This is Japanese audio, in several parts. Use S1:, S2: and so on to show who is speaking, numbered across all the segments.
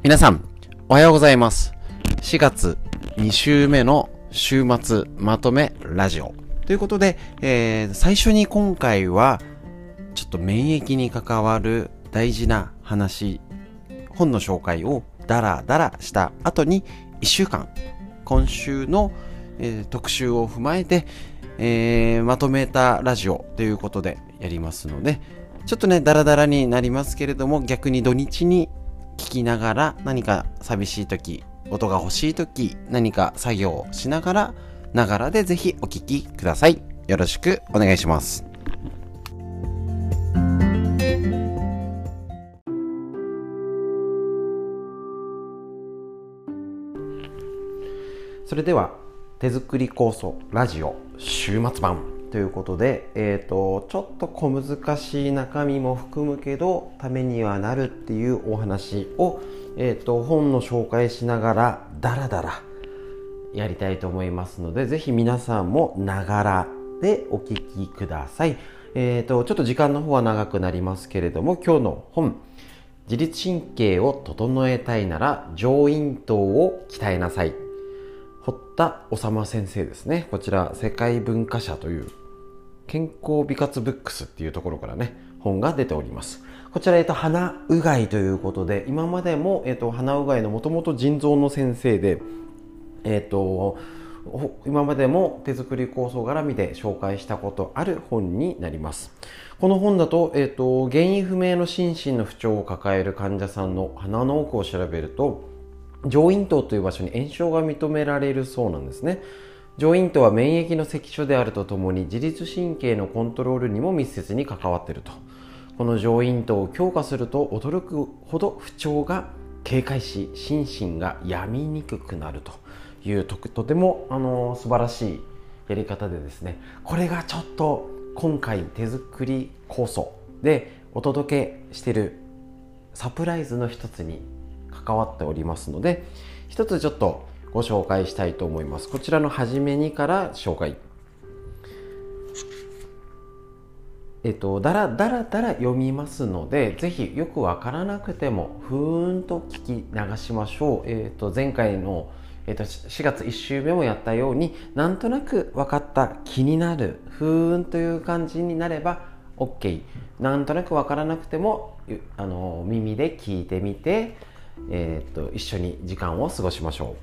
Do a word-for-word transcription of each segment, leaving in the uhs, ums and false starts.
S1: 皆さん、おはようございます。しがつに週目の週末まとめラジオ。ということで、えー、最初に今回は、ちょっと免疫に関わる大事な話、本の紹介をダラダラした後にいっしゅうかん、今週の、えー、特集を踏まえて、えー、まとめたラジオということでやりますので、ちょっとね、ダラダラになりますけれども、逆に土日に聞きながら何か寂しい時、音が欲しい時、何か作業をしながら、ながらでぜひお聞きください。よろしくお願いします。それでは、手作り酵素ラジオ週末版ということで、えーと、ちょっと小難しい中身も含むけどためにはなるっていうお話を、えーと、本の紹介しながらダラダラやりたいと思いますので、ぜひ皆さんもながらでお聞きください。えーと、ちょっと時間の方は長くなりますけれども、今日の本、自律神経を整えたいなら上咽頭を鍛えなさい、堀田修先生ですね。こちら世界文化社という健康美活ブックスっていうところからね、本が出ております。こちら、えっと、鼻うがいということで、今までも、えっと、鼻うがいのもともと腎臓の先生で、えっと、今までも手作り酵素絡みで紹介したことある本になります。この本だと、えっと、原因不明の心身の不調を抱える患者さんの鼻の奥を調べると、上咽頭という場所に炎症が認められるそうなんですね。上咽頭は免疫の関所であるとともに自律神経のコントロールにも密接に関わっていると。この上咽頭を強化すると驚くほど不調が軽快し、心身が病みにくくなるというと、とても、あのー、素晴らしいやり方でですね、これがちょっと今回手作り酵素でお届けしているサプライズの一つに関わっておりますので、一つちょっとご紹介したいと思います。こちらの初めにから紹介。えっと、だらだらだら読みますので、ぜひよくわからなくてもふーんと聞き流しましょう。えっと、前回の、えっと、しがついち週目もやったように、なんとなく分かった、気になる、ふーんという感じになれば OK。なんとなく分からなくても、あの耳で聞いてみて、えー、と一緒に時間を過ごしましょう。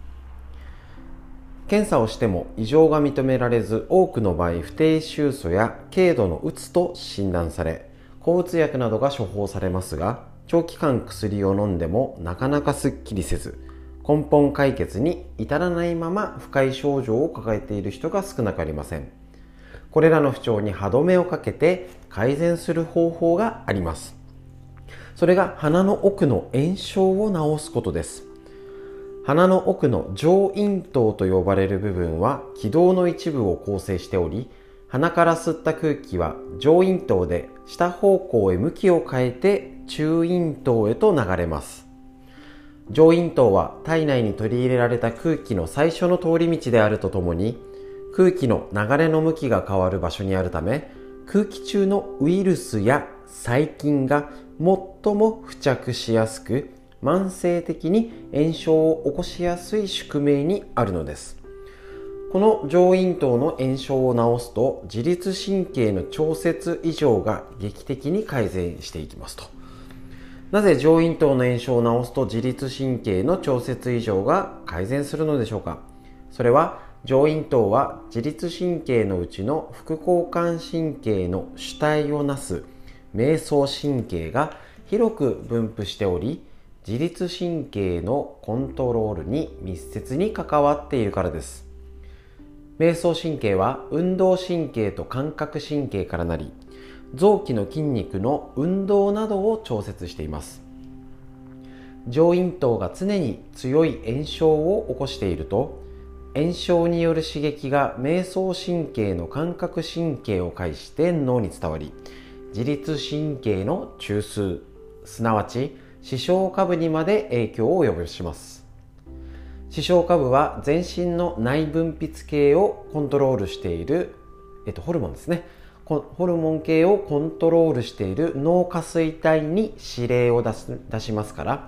S1: 検査をしても異常が認められず、多くの場合不定臭素や軽度のうつと診断され、抗うつ薬などが処方されますが、長期間薬を飲んでもなかなかすっきりせず、根本解決に至らないまま不快症状を抱えている人が少なくありません。これらの不調に歯止めをかけて改善する方法があります。それが鼻の奥の炎症を治すことです。鼻の奥の上咽頭と呼ばれる部分は気道の一部を構成しており、鼻から吸った空気は上咽頭で下方向へ向きを変えて中咽頭へと流れます。上咽頭は体内に取り入れられた空気の最初の通り道であるとともに、空気の流れの向きが変わる場所にあるため、空気中のウイルスや細菌が最も付着しやすく、慢性的に炎症を起こしやすい宿命にあるのです。この上咽頭の炎症を治すと、自律神経の調節異常が劇的に改善していきますと。なぜ上咽頭の炎症を治すと自律神経の調節異常が改善するのでしょうか。それは、上咽頭は自律神経のうちの副交感神経の主体をなす迷走神経が広く分布しており、自律神経のコントロールに密接に関わっているからです。迷走神経は運動神経と感覚神経からなり、臓器の筋肉の運動などを調節しています。上咽頭が常に強い炎症を起こしていると、炎症による刺激が迷走神経の感覚神経を介して脳に伝わり、自律神経の中枢、すなわち視床下部にまで影響を及ぼします。視床下部は全身の内分泌系をコントロールしている、えっと、ホルモンですね。ホルモン系をコントロールしている脳下垂体に指令を出す、出しますから、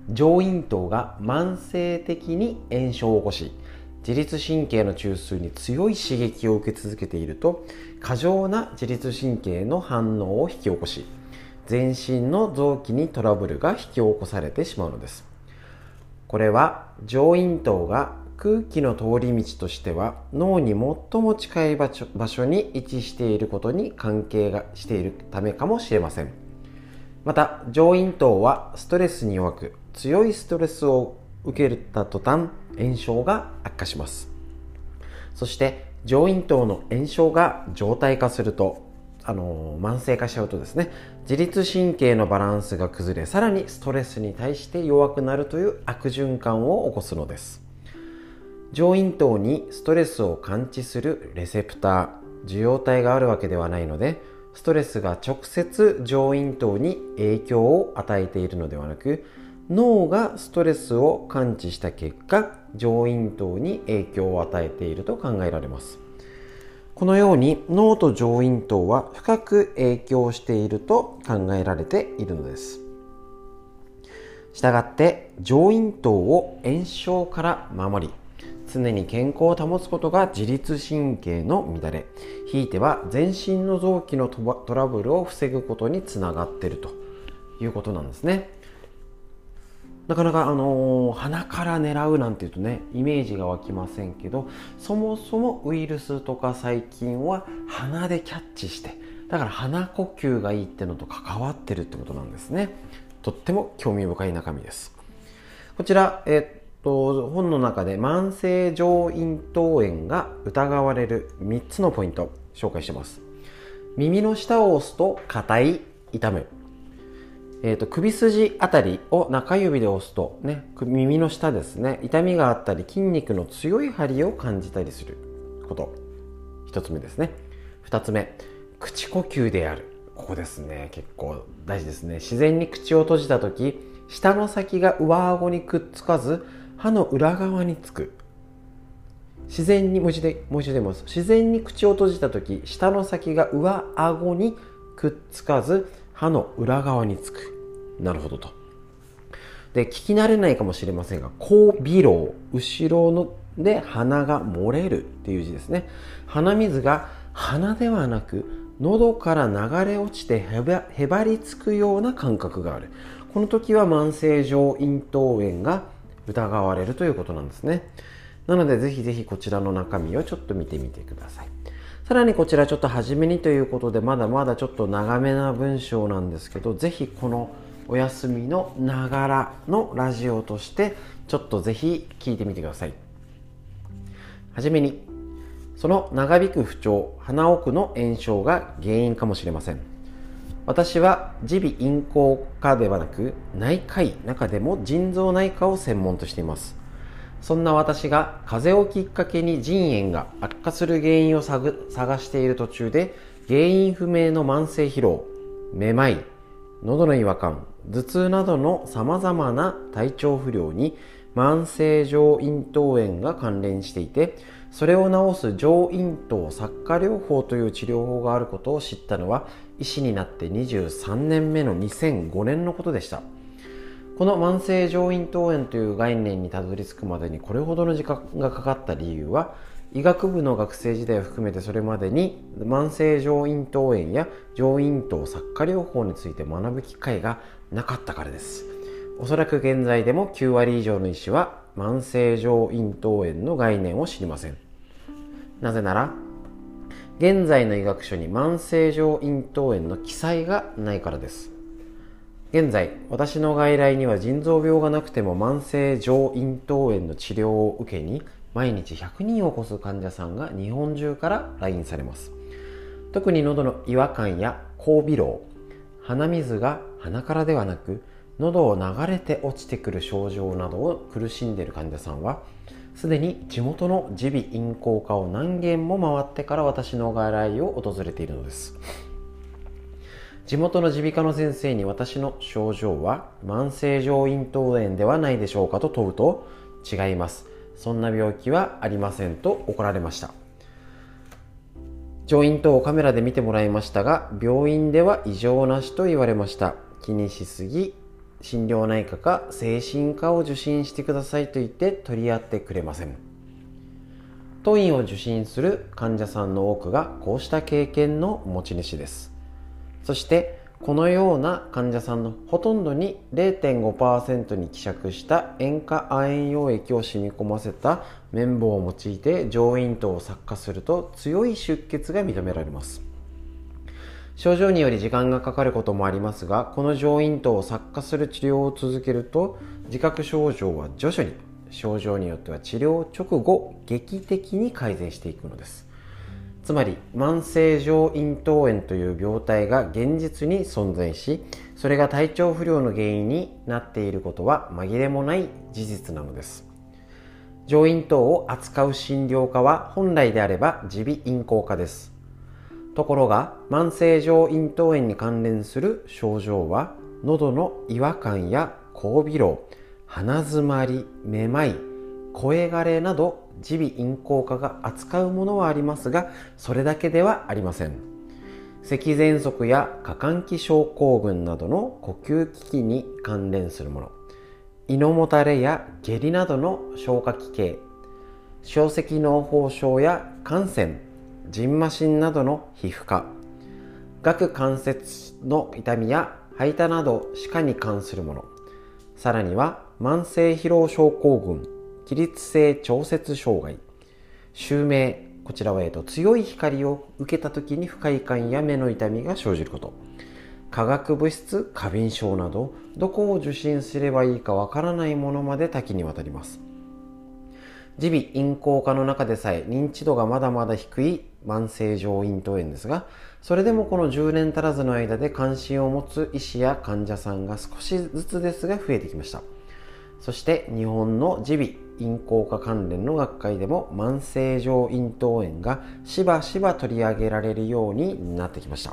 S1: 上咽頭が慢性的に炎症を起こし、自律神経の中枢に強い刺激を受け続けていると、過剰な自律神経の反応を引き起こし、全身の臓器にトラブルが引き起こされてしまうのです。これは上咽頭が空気の通り道としては脳に最も近い場所、場所に位置していることに関係がしているためかもしれません。また上咽頭はストレスに弱く、強いストレスを受けた途端炎症が悪化します。そして上咽頭の炎症が常態化すると、あの慢性化しちゃうとですね、自律神経のバランスが崩れ、さらにストレスに対して弱くなるという悪循環を起こすのです。上咽頭にストレスを感知するレセプター、受容体があるわけではないので、ストレスが直接上咽頭に影響を与えているのではなく、脳がストレスを感知した結果、上咽頭に影響を与えていると考えられます。このように脳と上咽頭は深く影響していると考えられているのです。したがって上咽頭を炎症から守り、常に健康を保つことが自律神経の乱れ、ひいては全身の臓器のトラブルを防ぐことにつながっているということなんですね。なかなかあのー、鼻から狙うなんていうとね、イメージが湧きませんけど、そもそもウイルスとか細菌は鼻でキャッチして、だから鼻呼吸がいいってのと関わってるってことなんですね。とっても興味深い中身です。こちら、えっと本の中で慢性上咽頭炎が疑われるみっつのポイント紹介してます。耳の下を押すと硬い、痛む。えー、と首筋あたりを中指で押すと、ね、耳の下ですね、痛みがあったり筋肉の強い張りを感じたりすること、一つ目ですね。二つ目、口呼吸である。ここですね、結構大事ですね。自然に口を閉じた時、舌の先が上顎にくっつかず歯の裏側につく。自然にもう一度もう一度言います。自然に口を閉じた時、舌の先が上顎にくっつかず歯の裏側につく。なるほどと。で、聞き慣れないかもしれませんが、後鼻漏、後ろので鼻が漏れるっていう字ですね。鼻水が鼻ではなく喉から流れ落ちてへば、へばりつくような感覚がある。この時は慢性上咽頭炎が疑われるということなんですね。なのでぜひぜひこちらの中身をちょっと見てみてください。さらにこちらちょっと初めにということで、まだまだちょっと長めな文章なんですけど、ぜひこのお休みのながらのラジオとしてちょっとぜひ聞いてみてください。はじめに、その長引く不調、鼻奥の炎症が原因かもしれません。私は耳鼻咽喉科ではなく内科医、中でも腎臓内科を専門としています。そんな私が風邪をきっかけに腎炎が悪化する原因を探している途中で、原因不明の慢性疲労、めまい、喉の違和感、頭痛などの様々な体調不良に慢性上咽頭炎が関連していて、それを治す上咽頭擦過療法という治療法があることを知ったのは、医師になってにじゅうさんねんめのにせんごねんのことでした。この慢性上咽頭炎という概念にたどり着くまでにこれほどの時間がかかった理由は、医学部の学生時代を含めてそれまでに慢性上咽頭炎や上咽頭擦過療法について学ぶ機会がなかったからです。おそらく現在でもきゅうわり以上の医師は慢性上咽頭炎の概念を知りません。なぜなら、現在の医学書に慢性上咽頭炎の記載がないからです。現在、私の外来には腎臓病がなくても慢性上咽頭炎の治療を受けに、毎日ひゃくにんを超す患者さんが日本中から来院されます。特に喉の違和感や後鼻漏、鼻水が鼻からではなく喉を流れて落ちてくる症状などを苦しんでいる患者さんは、すでに地元の耳鼻咽喉科を何軒も回ってから私の外来を訪れているのです。地元の耳鼻科の先生に私の症状は慢性上咽頭炎ではないでしょうかと問うと、違います。そんな病気はありませんと怒られました。上咽頭をカメラで見てもらいましたが、病院では異常なしと言われました。気にしすぎ心療内科か精神科を受診してくださいと言って取り合ってくれません。当院を受診する患者さんの多くがこうした経験の持ち主です。そしてこのような患者さんのほとんどに れいてんごパーセント に希釈した塩化亜鉛溶液を染み込ませた綿棒を用いて上咽頭を擦過すると強い出血が認められます。症状により時間がかかることもありますが、この上咽頭を擦過する治療を続けると自覚症状は徐々に、症状によっては治療直後劇的に改善していくのです。つまり慢性上咽頭炎という病態が現実に存在し、それが体調不良の原因になっていることは紛れもない事実なのです。上咽頭を扱う診療科は本来であれば耳鼻咽喉科です。ところが慢性上咽頭炎に関連する症状は喉の違和感や後鼻漏、鼻づまり、めまい、声枯れなど耳鼻咽喉科が扱うものはありますが、それだけではありません。咳喘息や過換気症候群などの呼吸器器に関連するもの、胃のもたれや下痢などの消化器系、小石脳胞症や汗腺、じんましんなどの皮膚科、顎関節の痛みや吐いたなど歯科に関するもの、さらには慢性疲労症候群、起立性調節障害、襲名、こちらは、えー、と強い光を受けた時に不快感や目の痛みが生じること、化学物質過敏症など、どこを受診すればいいかわからないものまで多岐にわたります。耳鼻咽喉科の中でさえ認知度がまだまだ低い慢性上咽頭炎ですが、それでもこのじゅうねん足らずの間で関心を持つ医師や患者さんが少しずつですが増えてきました。そして日本の耳鼻咽喉科関連の学会でも慢性上咽頭炎がしばしば取り上げられるようになってきました。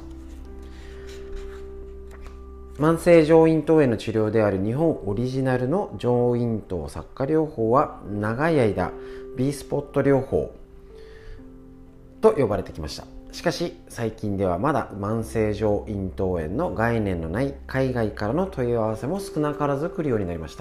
S1: 慢性上咽頭炎の治療である日本オリジナルの上咽頭擦過療法は長い間 B スポット療法と呼ばれてきました。しかし最近ではまだ慢性上咽頭炎の概念のない海外からの問い合わせも少なからず来るようになりました。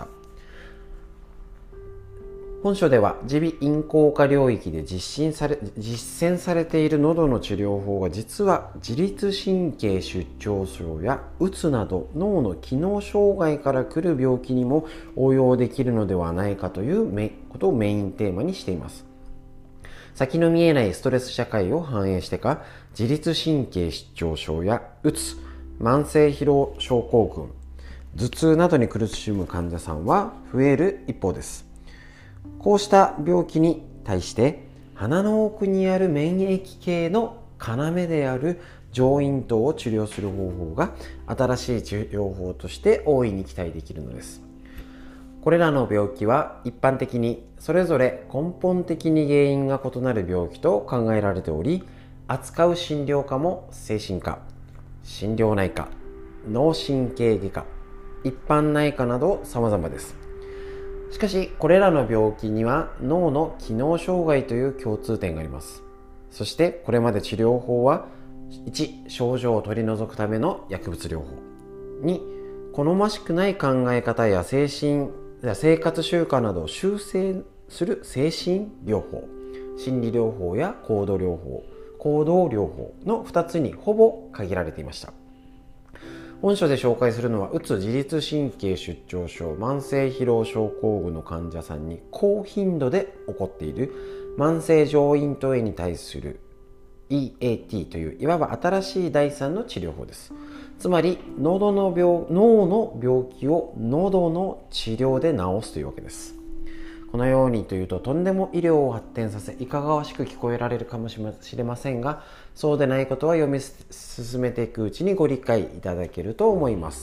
S1: 本書では耳鼻咽喉科領域で実施され、実践されている喉の治療法が実は自律神経失調症やうつなど脳の機能障害から来る病気にも応用できるのではないかということをメインテーマにしています。先の見えないストレス社会を反映してか、自律神経失調症やうつ、慢性疲労症候群、頭痛などに苦しむ患者さんは増える一方です。こうした病気に対して鼻の奥にある免疫系の要である上咽頭を治療する方法が新しい治療法として大いに期待できるのです。これらの病気は一般的にそれぞれ根本的に原因が異なる病気と考えられており、扱う診療科も精神科、心療内科、脳神経外科、一般内科など様々です。しかしこれらの病気には脳の機能障害という共通点があります。そしてこれまで治療法はいち症状を取り除くための薬物療法、に好ましくない考え方や精神や生活習慣などを修正する精神療法、心理療法や行動療法、行動療法のふたつにほぼ限られていました。本書で紹介するのはうつ、自律神経失調症、慢性疲労症候群の患者さんに高頻度で起こっている慢性上咽頭炎に対する イーエーティー といういわば新しいだいさんの治療法です。つまり喉の病脳の病気を喉の治療で治すというわけです。このようにというととんでも医療を発展させいかがわしく聞こえられるかもしれませんが、そうでないことは読み進めていくうちにご理解いただけると思います。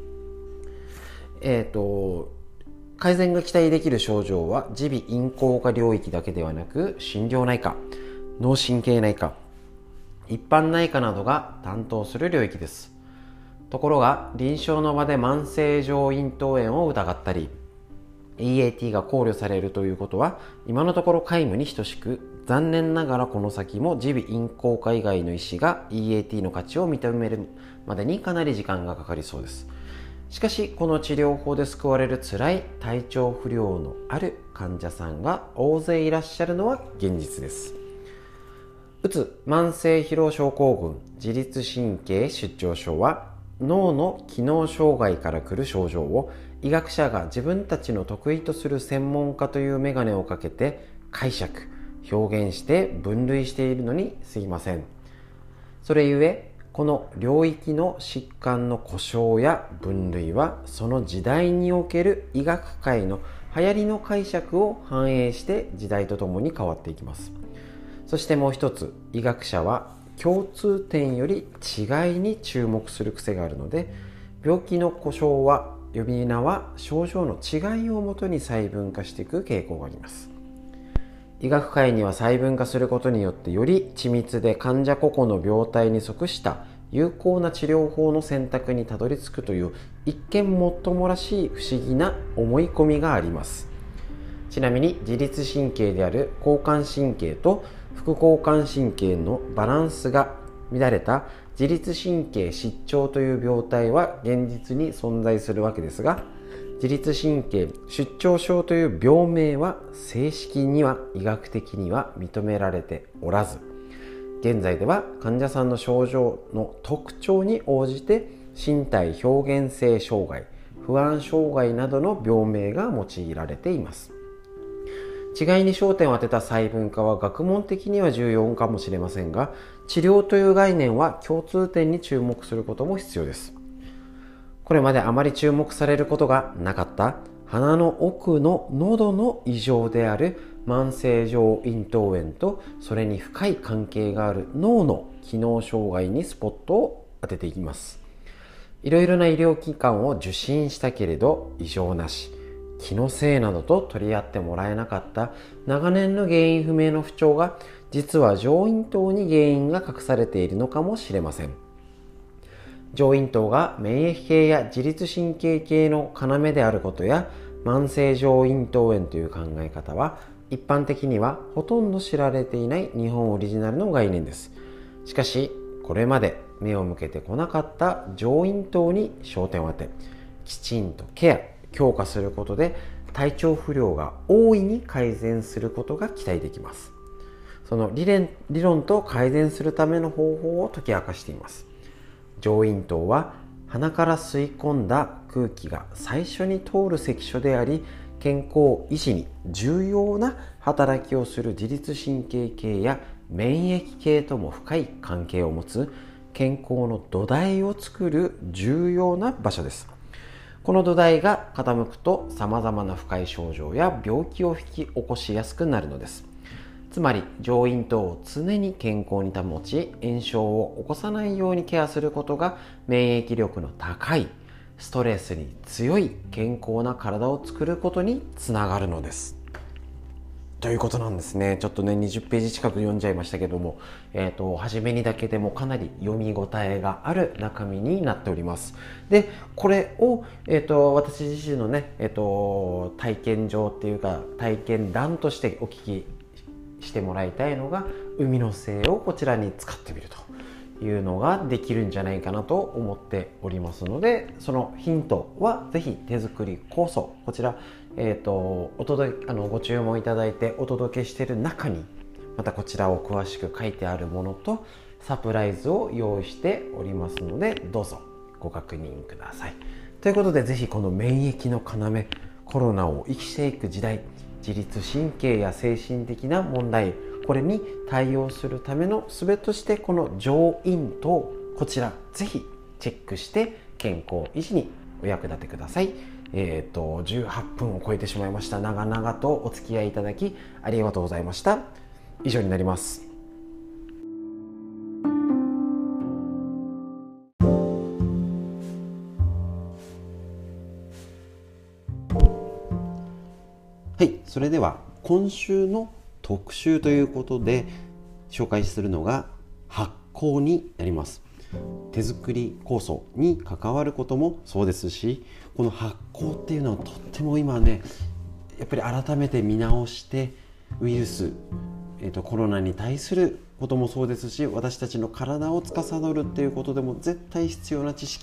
S1: えっと改善が期待できる症状は耳鼻咽喉科領域だけではなく、心療内科、脳神経内科、一般内科などが担当する領域です。ところが臨床の場で慢性上咽頭炎を疑ったり イーエーティー が考慮されるということは今のところ皆無に等しく、残念ながらこの先も耳鼻咽喉科以外の医師が イーエーティー の価値を認めるまでにかなり時間がかかりそうです。 しかしこの治療法で救われる辛い体調不良のある患者さんが大勢いらっしゃるのは現実です。うつ慢性疲労症候群自律神経失調症は脳の機能障害から来る症状を医学者が自分たちの得意とする専門家という眼鏡をかけて解釈表現して分類しているのに過ぎません。それゆえこの領域の疾患の呼称や分類はその時代における医学界の流行りの解釈を反映して時代とともに変わっていきます。そしてもう一つ、医学者は共通点より違いに注目する癖があるので、病気の呼称は呼び名は症状の違いをもとに細分化していく傾向があります。医学界には細分化することによってより緻密で患者個々の病態に即した有効な治療法の選択にたどり着くという一見もっともらしい不思議な思い込みがあります。ちなみに自律神経である交感神経と副交感神経のバランスが乱れた自律神経失調という病態は現実に存在するわけですが、自律神経失調症という病名は正式には医学的には認められておらず、現在では患者さんの症状の特徴に応じて身体表現性障害、不安障害などの病名が用いられています。違いに焦点を当てた細分化は学問的には重要かもしれませんが、治療という概念は共通点に注目することも必要です。これまであまり注目されることがなかった鼻の奥の喉の異常である慢性上咽頭炎とそれに深い関係がある脳の機能障害にスポットを当てていきます。いろいろな医療機関を受診したけれど異常なし、気のせいなどと取り合ってもらえなかった長年の原因不明の不調が実は上咽頭に原因が隠されているのかもしれません。上咽頭が免疫系や自律神経系の要であることや慢性上咽頭炎という考え方は一般的にはほとんど知られていない日本オリジナルの概念です。しかしこれまで目を向けてこなかった上咽頭に焦点を当てきちんとケア強化することで体調不良が大いに改善することが期待できます。その理論、理論と改善するための方法を解き明かしています。上咽頭は鼻から吸い込んだ空気が最初に通る関所であり、健康維持に重要な働きをする自律神経系や免疫系とも深い関係を持つ健康の土台を作る重要な場所です。この土台が傾くと様々な不快症状や病気を引き起こしやすくなるのです。つまり上咽頭を常に健康に保ち炎症を起こさないようにケアすることが免疫力の高いストレスに強い健康な体を作ることにつながるのですということなんですね。ちょっとねにじゅっページ近く読んじゃいましたけども、えーと初めにだけでもかなり読み応えがある中身になっております。でこれを、えーと私自身のね、えーと体験上っていうか体験談としてお聞きしてもらいたいのが海の精をこちらに使ってみるというのができるんじゃないかなと思っておりますので、そのヒントはぜひ手作り酵素こちら、えーとお届けあのご注文いただいてお届けしている中にまたこちらを詳しく書いてあるものとサプライズを用意しておりますので、どうぞご確認ください。ということでぜひこの免疫の要コロナを生きていく時代、自律神経や精神的な問題、これに対応するための術としてこの上咽頭こちらぜひチェックして健康維持にお役立てください。えーとじゅうはっぷんを超えてしまいました。長々とお付き合いいただきありがとうございました。以上になります。はい、それでは今週の特集ということで紹介するのが発酵になります。手作り酵素に関わることもそうですし、この発酵っていうのはとっても今ねやっぱり改めて見直してウイルス、えーと、コロナに対することもそうですし、私たちの体を司るっていうことでも絶対必要な知識、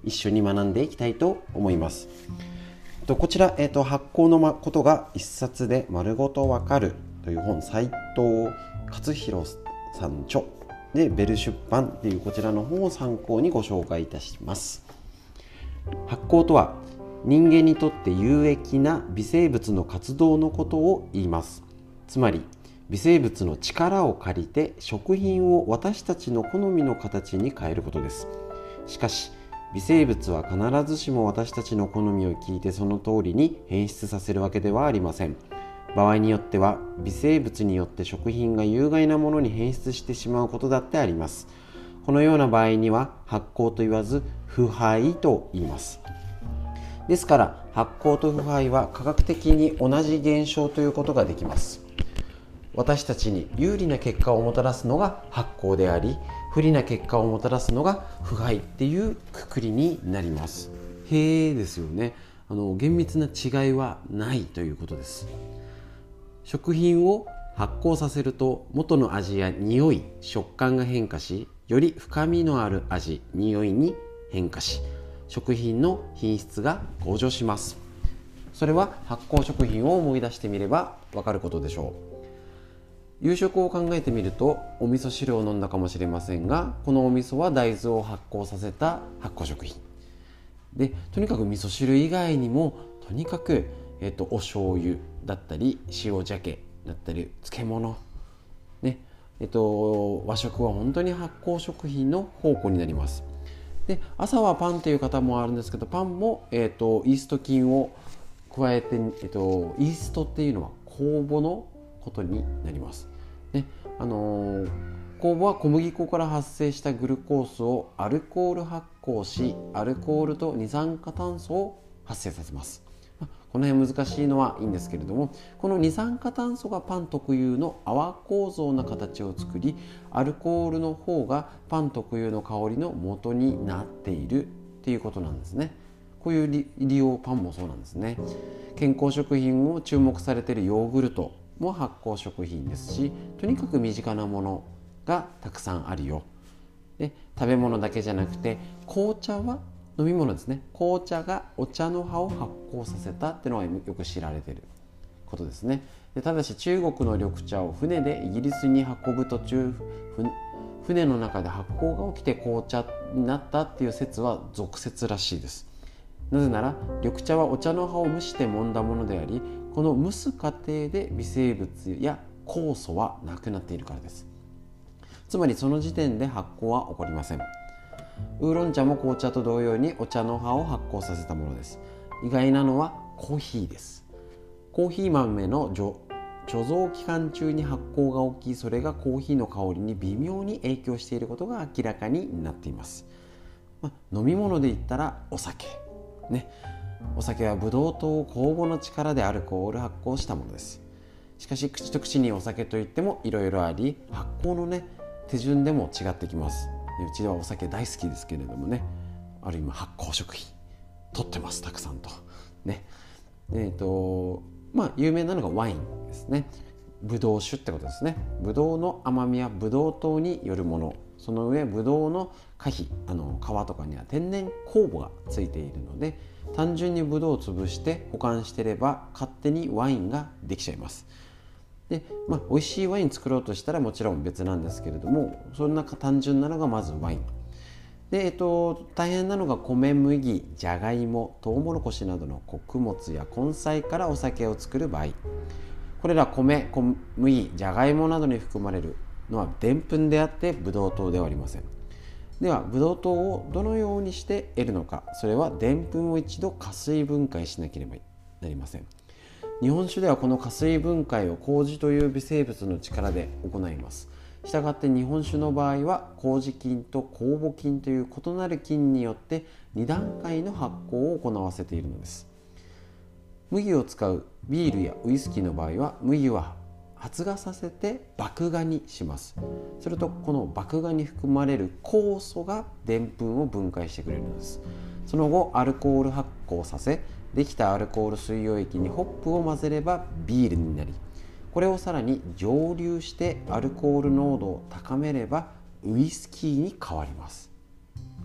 S1: 一緒に学んでいきたいと思います。こちら、えー、と発酵のことが一冊で丸ごとわかるという本、斉藤勝弘さん著でベル出版というこちらの本を参考にご紹介いたします。発酵とは人間にとって有益な微生物の活動のことを言います。つまり微生物の力を借りて食品を私たちの好みの形に変えることです。しかし微生物は必ずしも私たちの好みを聞いてその通りに変質させるわけではありません。場合によっては微生物によって食品が有害なものに変質してしまうことだってあります。このような場合には発酵と言わず腐敗と言います。ですから発酵と腐敗は科学的に同じ現象ということができます。私たちに有利な結果をもたらすのが発酵であり、不利な結果をもたらすのが腐敗っていうくくりになります。へえですよね。あの厳密な違いはないということです。食品を発酵させると元の味や匂い、食感が変化し、より深みのある味、匂いに変化し、食品の品質が向上します。それは発酵食品を思い出してみればわかることでしょう。夕食を考えてみるとお味噌汁を飲んだかもしれませんが、このお味噌は大豆を発酵させた発酵食品で、とにかく味噌汁以外にもとにかく、えー、とお醤油だったり塩鮭だったり漬物、ねえー、と和食は本当に発酵食品の宝庫になります。で朝はパンという方もあるんですけど、パンも、えー、とイースト菌を加えて、えー、とイーストっていうのは酵母のことになります、ねあのー、酵母は小麦粉から発生したグルコースをアルコール発酵し、アルコールと二酸化炭素を発生させます。この辺難しいのはいいんですけれども、この二酸化炭素がパン特有の泡構造な形を作り、アルコールの方がパン特有の香りの元になっているっていうことなんですね。こういう利用パンもそうなんですね。健康食品を注目されているヨーグルトも発酵食品ですし、とにかく身近なものがたくさんあるよ。で食べ物だけじゃなくて紅茶は飲み物ですね。紅茶がお茶の葉を発酵させたっていうのがよく知られていることですね。でただし中国の緑茶を船でイギリスに運ぶ途中、船の中で発酵が起きて紅茶になったっていう説は俗説らしいです。なぜなら緑茶はお茶の葉を蒸して揉んだものであり、この蒸す過程で微生物や酵素はなくなっているからです。つまりその時点で発酵は起こりません。ウーロン茶も紅茶と同様にお茶の葉を発酵させたものです。意外なのはコーヒーです。コーヒー豆の貯蔵期間中に発酵が起き、それがコーヒーの香りに微妙に影響していることが明らかになっています。まあ、飲み物で言ったらお酒ね。お酒はブドウ糖を酵母の力でアルコール発酵したものです。しかし口と口にお酒といってもいろいろあり、発酵のね手順でも違ってきます。うちではお酒大好きですけれどもね、ある意味発酵食品取ってます、たくさんとね。えーとまあ有名なのがワインですね。ブドウ酒ってことですね。ブドウの甘みはブドウ糖によるもの、その上ブドウの果皮、あの皮とかには天然酵母がついているので、単純にブドウを潰して保管してれば勝手にワインができちゃいます。で、まあ、美味しいワイン作ろうとしたらもちろん別なんですけれども、そんな単純なのがまずワインで、えっと、大変なのが米、麦、じゃがいも、トウモロコシなどの穀物や根菜からお酒を作る場合、これら米、小麦、じゃがいもなどに含まれるのはでんぷんであってブドウ糖ではありません。ではブドウ糖をどのようにして得るのか。それはでんぷんを一度加水分解しなければなりません。日本酒ではこの加水分解を麹という微生物の力で行います。したがって日本酒の場合は麹菌と酵母菌という異なる菌によってに段階の発酵を行わせているのです。麦を使うビールやウイスキーの場合は麦は発芽させて麦芽にします。するとこの麦芽に含まれる酵素がでんぷんを分解してくれるのです。その後アルコール発酵させ、できたアルコール水溶液にホップを混ぜればビールになり、これをさらに蒸留してアルコール濃度を高めればウイスキーに変わります。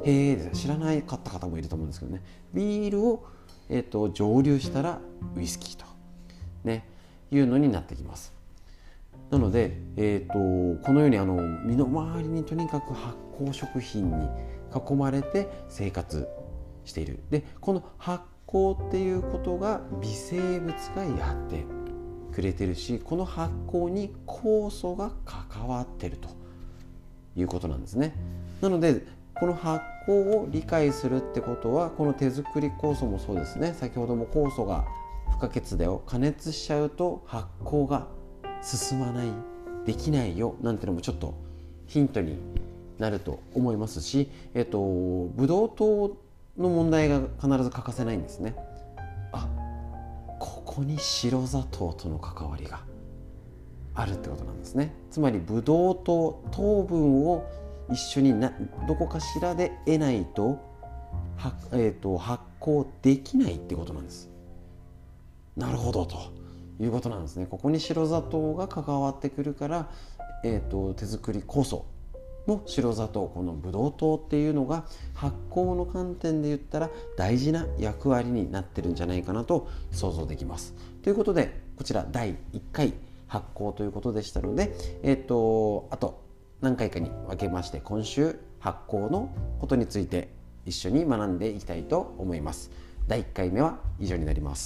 S1: へえ、知らないかった方もいると思うんですけどね、ビールを、えー、と蒸留したらウイスキーと、ね、いうのになってきます。なので、えー、とこのようにあの身の回りにとにかく発酵食品に囲まれて生活している。でこの発酵っていうことが微生物がやってくれてるし、この発酵に酵素が関わってるということなんですね。なのでこの発酵を理解するってことは、この手作り酵素もそうですね。先ほども酵素が不可欠だよ、加熱しちゃうと発酵が進まない、できないよなんてのもちょっとヒントになると思いますし、えっとブドウ糖の問題が必ず欠かせないんですね。あ、ここに白砂糖との関わりがあるってことなんですね。つまりブドウ糖、糖分を一緒になどこかしらで得ないと、は、えーと、発酵できないってことなんです。なるほどということなんですね。ここに白砂糖が関わってくるから、えーと、手作り酵素も白砂糖、このブドウ糖っていうのが発酵の観点で言ったら大事な役割になってるんじゃないかなと想像できます。ということで、こちらだいいっかい発酵ということでしたので、えっとあと何回かに分けまして、今週発酵のことについて一緒に学んでいきたいと思います。だいいっかいめは以上になります。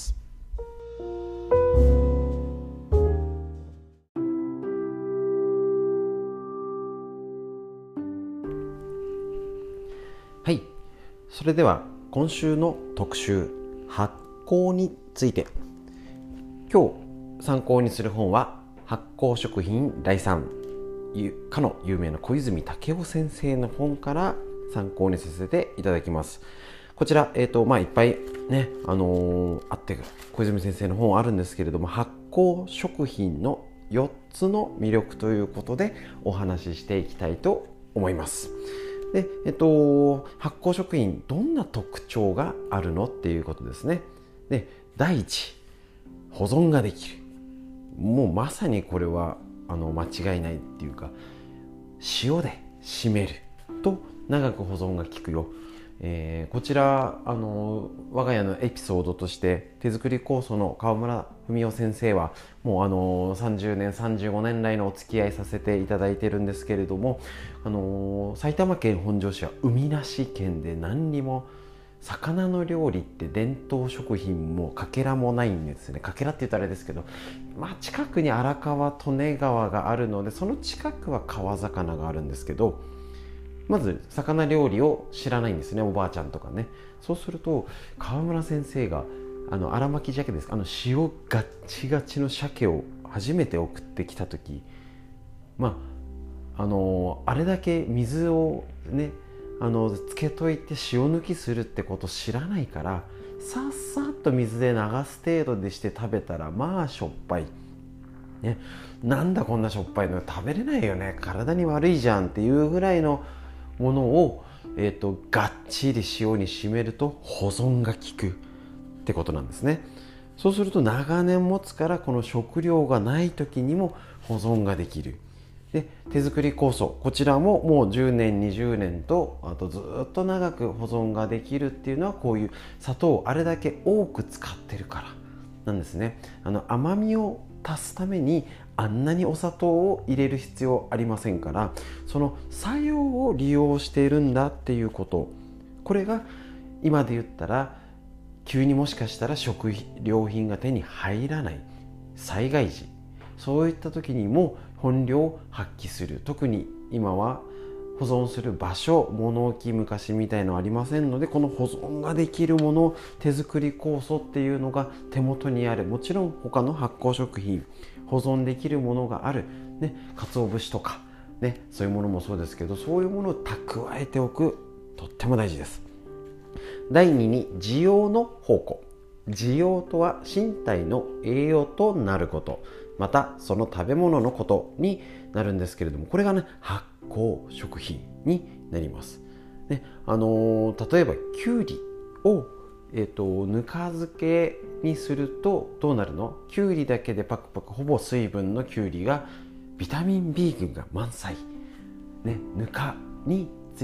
S1: はい、それでは今週の特集、発酵について。今日参考にする本は発酵食品だいさん、かの有名な小泉武夫先生の本から参考にさせていただきます。こちら、えーとまあ、いっぱいね、あのー、あって小泉先生の本あるんですけれども、発酵食品のよっつの魅力ということでお話ししていきたいと思います。で、えっと、発酵食品どんな特徴があるのっていうことですね。で、第一、保存ができる。もうまさにこれはあの間違いないっていうか、塩で締めると長く保存が効くよ。えー、こちらあの我が家のエピソードとして、手作り酵素の川村文夫先生はもうあのさんじゅうねんさんじゅうごねん来のお付き合いさせていただいてるんですけれども、あの埼玉県本庄市は海なし県で、何にも魚の料理って伝統食品もかけらもないんですね。かけらって言ったらあれですけど、まあ、近くに荒川利根川があるので、その近くは川魚があるんですけど、まず魚料理を知らないんですね、おばあちゃんとかね。そうすると川村先生があの荒巻鮭ですか、あの塩ガッチガチの鮭を初めて送ってきた時、まああのあれだけ水をねあのつけといて塩抜きするってこと知らないから、さっさっと水で流す程度でして食べたら、まあしょっぱい、ね、なんだこんなしょっぱいの食べれないよね、体に悪いじゃんっていうぐらいのものを、えーと、がっちり塩に締めると保存が効くってことなんですね。そうすると長年持つから、この食料がない時にも保存ができる。で、手作り酵素、こちらももうじゅうねんにじゅうねんと、あとずっと長く保存ができるっていうのは、こういう砂糖をあれだけ多く使ってるからなんですね。あの甘みを足すためにあんなにお砂糖を入れる必要ありませんから、その作用を利用しているんだっていうこと、これが今で言ったら急にもしかしたら食料品が手に入らない、災害時、そういった時にも本領を発揮する。特に今は保存する場所、物置昔みたいのありませんので、この保存ができるもの、手作り酵素っていうのが手元にある。もちろん他の発酵食品、保存できるものがある、ね、鰹節とか、ね、そういうものもそうですけど、そういうものを蓄えておく、とっても大事です。だいにに、滋養の宝庫。滋養とは身体の栄養となること、またその食べ物のことになるんですけれども、これがね、発酵食品になります。ね、あのー、例えばきゅうりを、えーと、ぬか漬けにするとどうなるの？きゅうりだけでパクパク、ほぼ水分のきゅうりがビタミン B 群が満載、ね、ぬかにつ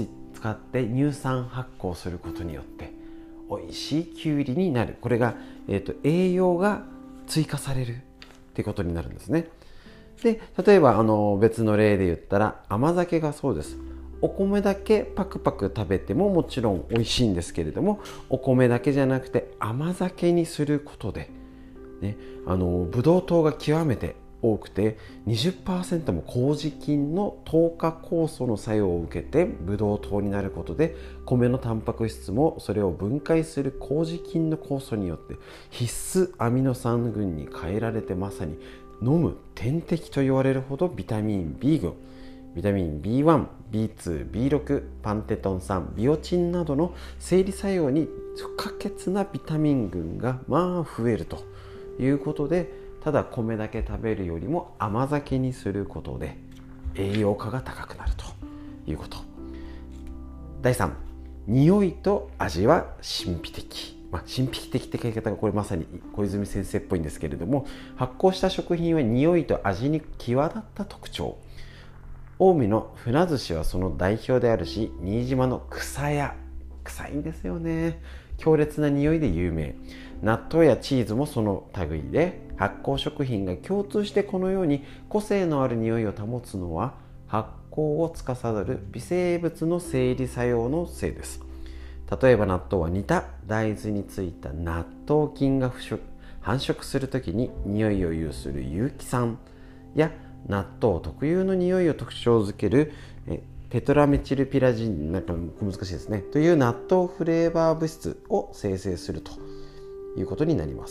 S1: 使って乳酸発酵することによって美味しいきゅうりになる。これが、えーと、栄養が追加されるっていうことになるんですね。で、例えばあの別の例で言ったら甘酒がそうです。お米だけパクパク食べてももちろん美味しいんですけれども、お米だけじゃなくて甘酒にすることで、ね、あのブドウ糖が極めて多くて にじゅっパーセント も麹菌の糖化酵素の作用を受けてブドウ糖になることで、米のタンパク質もそれを分解する麹菌の酵素によって必須アミノ酸群に変えられて、まさに飲む点滴と言われるほどビタミン B 群、ビタミン ビーワン、ビーツー、ビーシックス、パンテトン酸、ビオチンなどの生理作用に不可欠なビタミン群がまあ増えるということで、ただ米だけ食べるよりも甘酒にすることで栄養価が高くなるということ。だいさん、匂いと味は神秘的。まあ、神秘的って書き方がこれまさに小泉先生っぽいんですけれども、発酵した食品は匂いと味に際立った特徴。近江の船寿司はその代表であるし、新島の草屋、臭いんですよね。強烈な匂いで有名。納豆やチーズもその類で、発酵食品が共通してこのように個性のある匂いを保つのは発酵を司る微生物の生理作用のせいです。例えば納豆は煮た大豆についた納豆菌が繁殖するときに匂いを有する有機酸や、納豆特有の匂いを特徴づけるテトラメチルピラジン、なんか難しいですね、という納豆フレーバー物質を生成するということになります。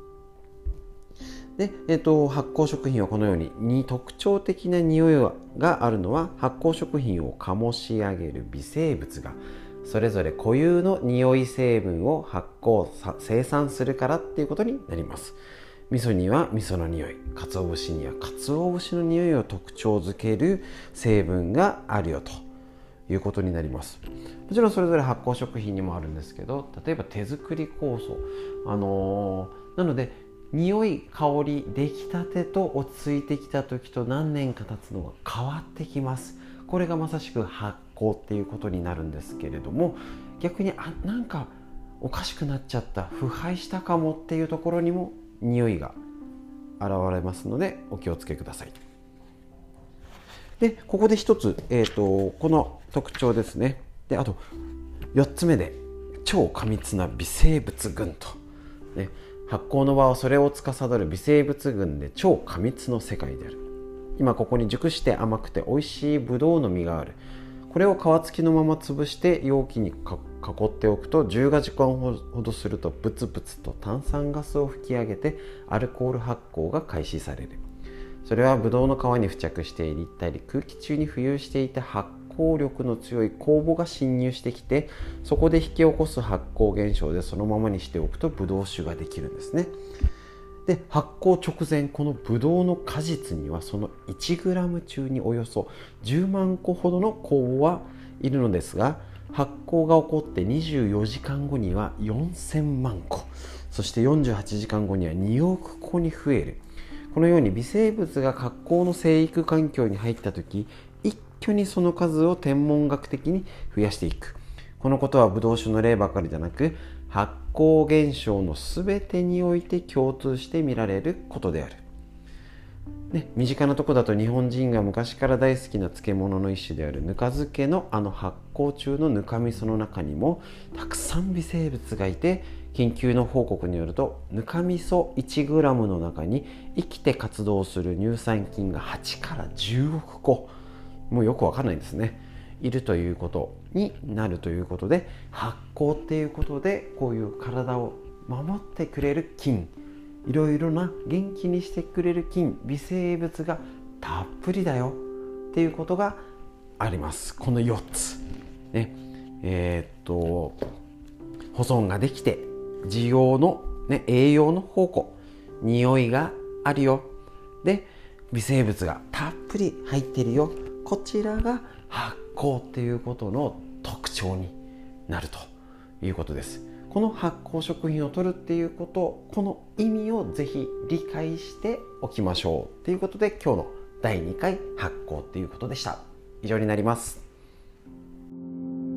S1: で、えっと、発酵食品はこのようにに特徴的な匂いがあるのは、発酵食品を醸し上げる微生物がそれぞれ固有の匂い成分を発酵生産するからっていうことになります。味噌には味噌の匂い、鰹節には鰹節の匂いを特徴づける成分があるよということになります。もちろんそれぞれ発酵食品にもあるんですけど、例えば手作り酵素、あのー、なので匂い、香り、出来たてと落ち着いてきた時と何年か経つのが変わってきます。これがまさしく発酵っていうことになるんですけれども、逆にあなんかおかしくなっちゃった、腐敗したかもっていうところにも匂いが現れますのでお気をつけください。で、ここで一つ、えーと、この特徴ですね。で、あとよっつめで超過密な微生物群と、ね、発酵の場はそれを司る微生物群で超過密の世界である。今ここに熟して甘くて美味しいブドウの実がある。これを皮付きのまま潰して容器に囲っておくと、じゅうごじかんほどするとブツブツと炭酸ガスを吹き上げてアルコール発酵が開始される。それはブドウの皮に付着していたり空気中に浮遊していた発酵力の強い酵母が侵入してきて、そこで引き起こす発酵現象でそのままにしておくとブドウ酒ができるんですね。で、発酵直前、このブドウの果実にはその いちグラム 中におよそじゅうまんこほどの酵母はいるのですが、発酵が起こってにじゅうよじかんごにはよんせんまんこ、そしてよんじゅうはちじかんごにはにおくこに増える。このように微生物が発酵の生育環境に入った時、一挙にその数を天文学的に増やしていく。このことはブドウ酒の例ばかりじゃなく、発酵現象のすべてにおいて共通して見られることである。ね、身近なとこだと日本人が昔から大好きな漬物の一種であるぬか漬けのあの発酵中のぬかみその中にもたくさん微生物がいて、研究の報告によるとぬかみそ いちグラム の中に生きて活動する乳酸菌がはちからじゅうおくこ、もうよくわかんないですね、いるということになるということで、発酵っていうことでこういう体を守ってくれる菌、いろいろな元気にしてくれる菌、微生物がたっぷりだよっていうことがあります。このよっつね、えー、っと保存ができて需要の、ね、栄養の宝庫、匂いがあるよ、で微生物がたっぷり入ってるよ、こちらが発酵っていうことの特徴になるということです。この発酵食品を摂るっていうこと、この意味をぜひ理解しておきましょうということで、今日のだいにかい発酵っていうことでした。以上になります。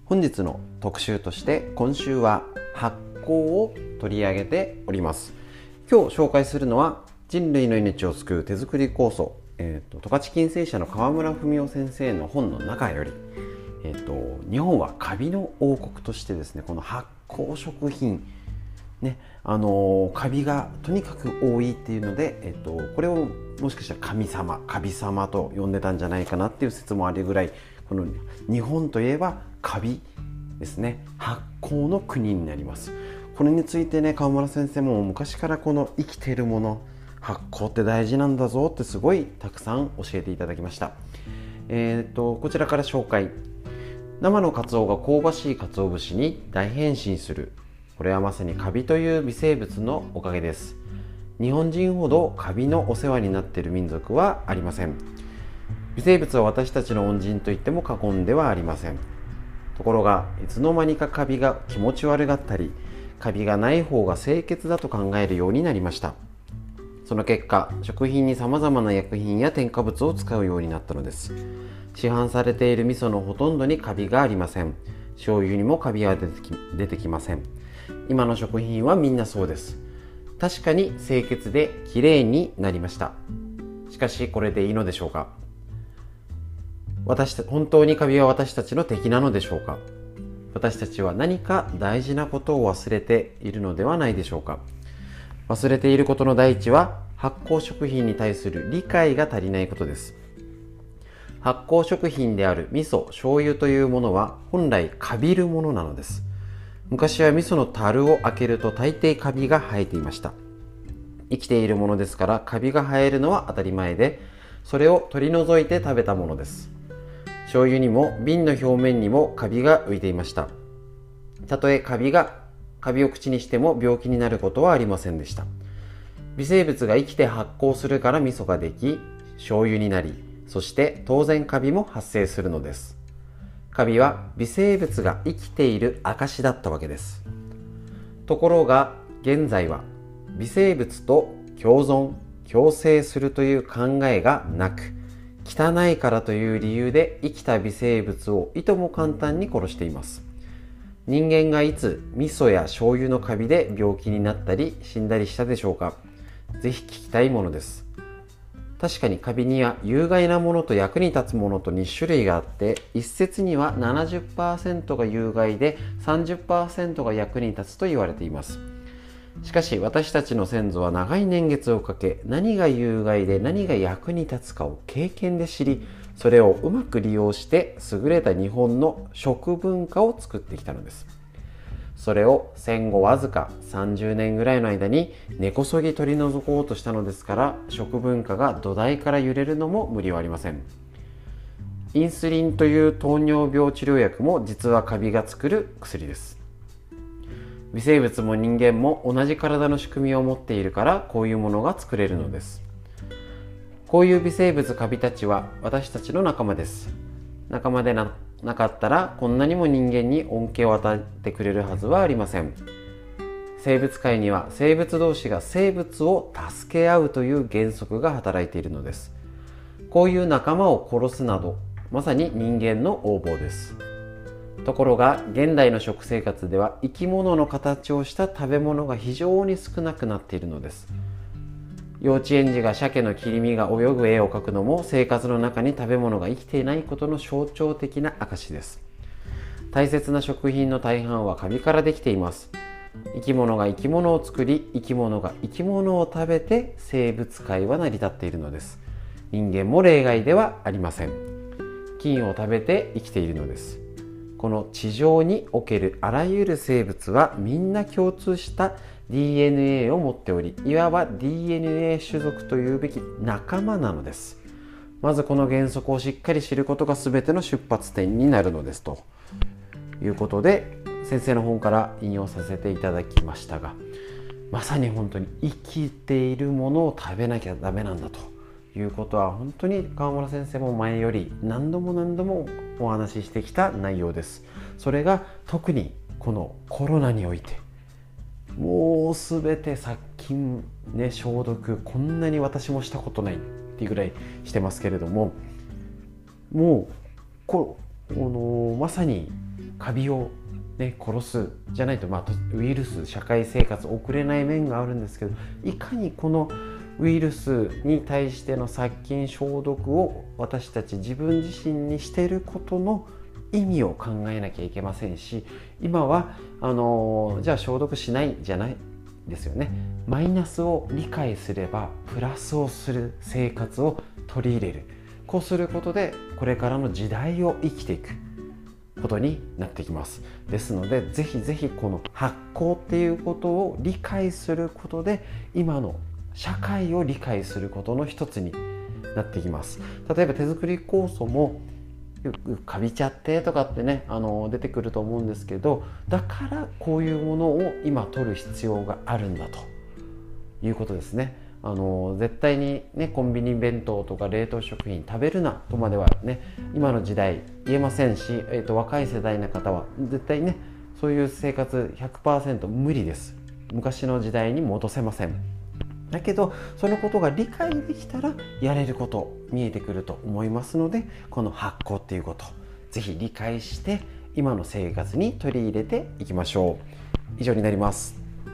S1: 本日の特集として今週は発酵を取り上げております。今日紹介するのは人類の命を救う手作り酵素、えーと、十勝金星社の川村文夫先生の本の中より、えーと、日本はカビの王国としてですね、この発酵食品ね、あのー、カビがとにかく多いっていうので、えっと、これをもしかしたら神様、カビ様と呼んでたんじゃないかなっていう説もあるぐらい、この日本といえばカビですね、発酵の国になります。これについてね、川村先生も昔からこの生きているもの、発酵って大事なんだぞってすごいたくさん教えていただきました。えー、っとこちらから紹介。生のカツオが香ばしい鰹節に大変身する。これはまさにカビという微生物のおかげです。日本人ほどカビのお世話になっている民族はありません。微生物は私たちの恩人と言っても過言ではありません。ところがいつの間にかカビが気持ち悪がったり、カビがない方が清潔だと考えるようになりました。その結果、食品にさまざまな薬品や添加物を使うようになったのです。市販されている味噌のほとんどにカビがありません。醤油にもカビは出てき、出てきません。今の食品はみんなそうです。確かに清潔できれいになりました。しかしこれでいいのでしょうか。私た本当にカビは私たちの敵なのでしょうか。私たちは何か大事なことを忘れているのではないでしょうか。忘れていることの第一は発酵食品に対する理解が足りないことです。発酵食品である味噌、醤油というものは本来カビるものなのです。昔は味噌の樽を開けると大抵カビが生えていました。生きているものですからカビが生えるのは当たり前で、それを取り除いて食べたものです。醤油にも瓶の表面にもカビが浮いていました。たとえカビがカビを口にしても病気になることはありませんでした。微生物が生きて発酵するから味噌ができ、醤油になり、そして当然カビも発生するのです。カビは微生物が生きている証だったわけです。ところが現在は微生物と共存、共生するという考えがなく、汚いからという理由で生きた微生物をいとも簡単に殺しています。人間がいつ味噌や醤油のカビで病気になったり死んだりしたでしょうか。ぜひ聞きたいものです。確かにカビには有害なものと役に立つものとに種類があって、一説には ななじゅっパーセント が有害で さんじゅっパーセント が役に立つと言われています。しかし私たちの先祖は長い年月をかけ、何が有害で何が役に立つかを経験で知り、それをうまく利用して優れた日本の食文化を作ってきたのです。それを戦後わずかさんじゅうねんぐらいの間に根こそぎ取り除こうとしたのですから、食文化が土台から揺れるのも無理はありません。インスリンという糖尿病治療薬も実はカビが作る薬です。微生物も人間も同じ体の仕組みを持っているから、こういうものが作れるのです。こういう微生物カビたちは私たちの仲間です。仲間でななかったらこんなにも人間に恩恵を与えてくれるはずはありません。生物界には生物同士が生物を助け合うという原則が働いているのです。こういう仲間を殺すなど、まさに人間の横暴です。ところが現代の食生活では生き物の形をした食べ物が非常に少なくなっているのです。幼稚園児が鮭の切り身が泳ぐ絵を描くのも、生活の中に食べ物が生きていないことの象徴的な証です。大切な食品の大半はカビからできています。生き物が生き物を作り、生き物が生き物を食べて生物界は成り立っているのです。人間も例外ではありません。菌を食べて生きているのです。この地上におけるあらゆる生物はみんな共通した ディーエヌエー を持っており、いわば ディーエヌエー 種族というべき仲間なのです。まずこの原則をしっかり知ることが全ての出発点になるのですということで、先生の本から引用させていただきましたが、まさに本当に生きているものを食べなきゃダメなんだということは、本当に川村先生も前より何度も何度もお話ししてきた内容です。それが特にこのコロナにおいて、もうすべて殺菌、ね、消毒、こんなに私もしたことないっていうぐらいしてますけれども、もうここのまさにカビを、ね、殺すじゃないと、まあ、ウイルス社会生活を送れない面があるんですけど、いかにこのウイルスに対しての殺菌消毒を私たち自分自身にしていることの意味を考えなきゃいけませんし、今はあのじゃあ消毒しないじゃないですよね。マイナスを理解すればプラスをする生活を取り入れる、こうすることでこれからの時代を生きていくことになってきます。ですのでぜひぜひこの発酵っていうことを理解することで今の社会を理解することの一つになってきます。例えば手作り酵素もよくカビちゃってとかってね、あの出てくると思うんですけど、だからこういうものを今取る必要があるんだということですね。あの絶対にねコンビニ弁当とか冷凍食品食べるなとまではね今の時代言えませんし、えーと、若い世代の方は絶対ねそういう生活 ひゃくパーセント 無理です。昔の時代に戻せません。だけどそのことが理解できたらやれること見えてくると思いますので、この発酵っていうことぜひ理解して今の生活に取り入れていきましょう。以上になります。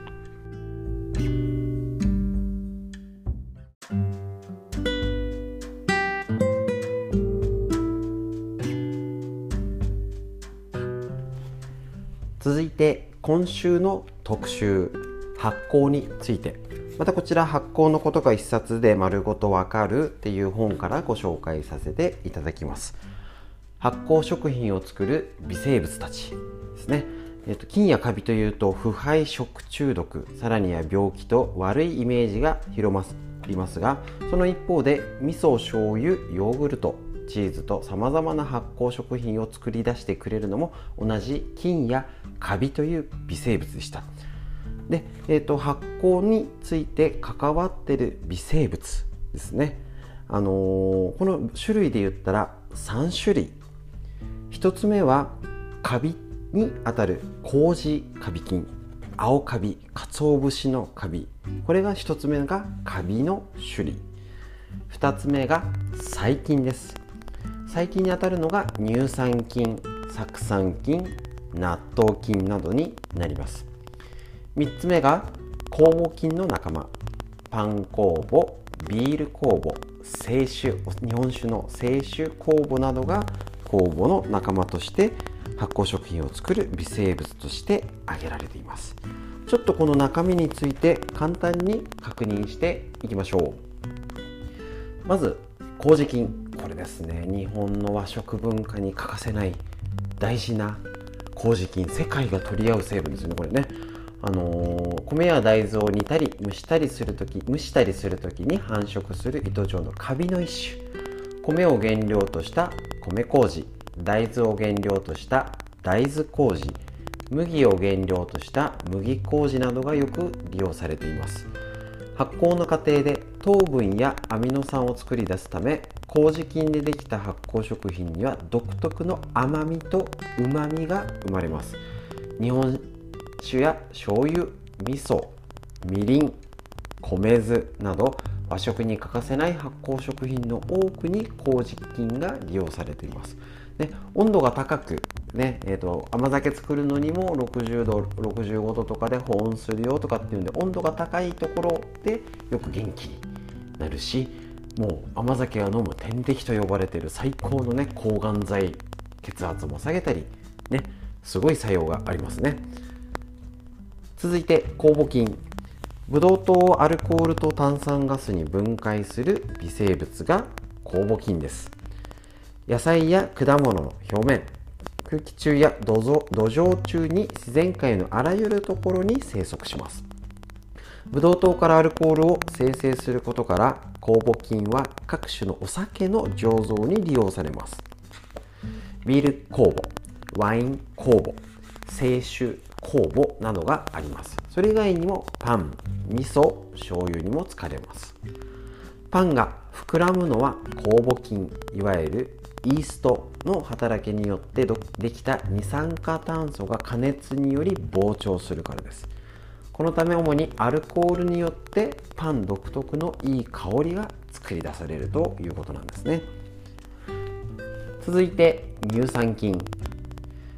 S1: 続いて今週の特集、発酵について。またこちら発酵のことが一冊で丸ごとわかるっていう本からご紹介させていただきます。発酵食品を作る微生物たちですね。えっと、菌やカビというと腐敗食中毒、さらには病気と悪いイメージが広まりますが、その一方で味噌、醤油、ヨーグルト、チーズとさまざまな発酵食品を作り出してくれるのも同じ菌やカビという微生物でした。で、えーと、発酵について関わっている微生物ですね。あのー、この種類で言ったらさん種類。ひとつめはカビにあたる麹カビ菌、青カビ、鰹節のカビ、これがひとつめがカビの種類。ふたつめが細菌です。細菌にあたるのが乳酸菌、酢酸菌、納豆菌などになります。みっつめが酵母菌の仲間、パン酵母、ビール酵母、清酒、日本酒の清酒酵母などが酵母の仲間として発酵食品を作る微生物として挙げられています。ちょっとこの中身について簡単に確認していきましょう。まず麹菌、これですね、日本の和食文化に欠かせない大事な麹菌、世界が取り合う成分ですよね。これね、あのー、米や大豆を煮たり蒸したりするとき蒸したりするときに繁殖する糸状のカビの一種。米を原料とした米麹、大豆を原料とした大豆麹、麦を原料とした麦麹などがよく利用されています。発酵の過程で糖分やアミノ酸を作り出すため、麹菌でできた発酵食品には独特の甘みと旨みが生まれます。日本酒や醤油、味噌、みりん、米酢など和食に欠かせない発酵食品の多くに麹菌が利用されています。で、温度が高く、ねえーと、甘酒作るのにもろくじゅうど、ろくじゅうごどとかで保温するよとかっていうんで、温度が高いところでよく元気になるし、もう甘酒が飲む点滴と呼ばれている最高のね抗がん剤、血圧も下げたりね、すごい作用がありますね。続いて酵母菌、ブドウ糖をアルコールと炭酸ガスに分解する微生物が酵母菌です。野菜や果物の表面、空気中や土壌中に自然界のあらゆるところに生息します。ブドウ糖からアルコールを生成することから酵母菌は各種のお酒の醸造に利用されます。ビール酵母、ワイン酵母、清酒酵母などがあります。それ以外にもパン、味噌、醤油にも使われます。パンが膨らむのは酵母菌、いわゆるイーストの働きによってできた二酸化炭素が加熱により膨張するからです。このため主にアルコールによってパン独特のいい香りが作り出されるということなんですね。続いて乳酸菌。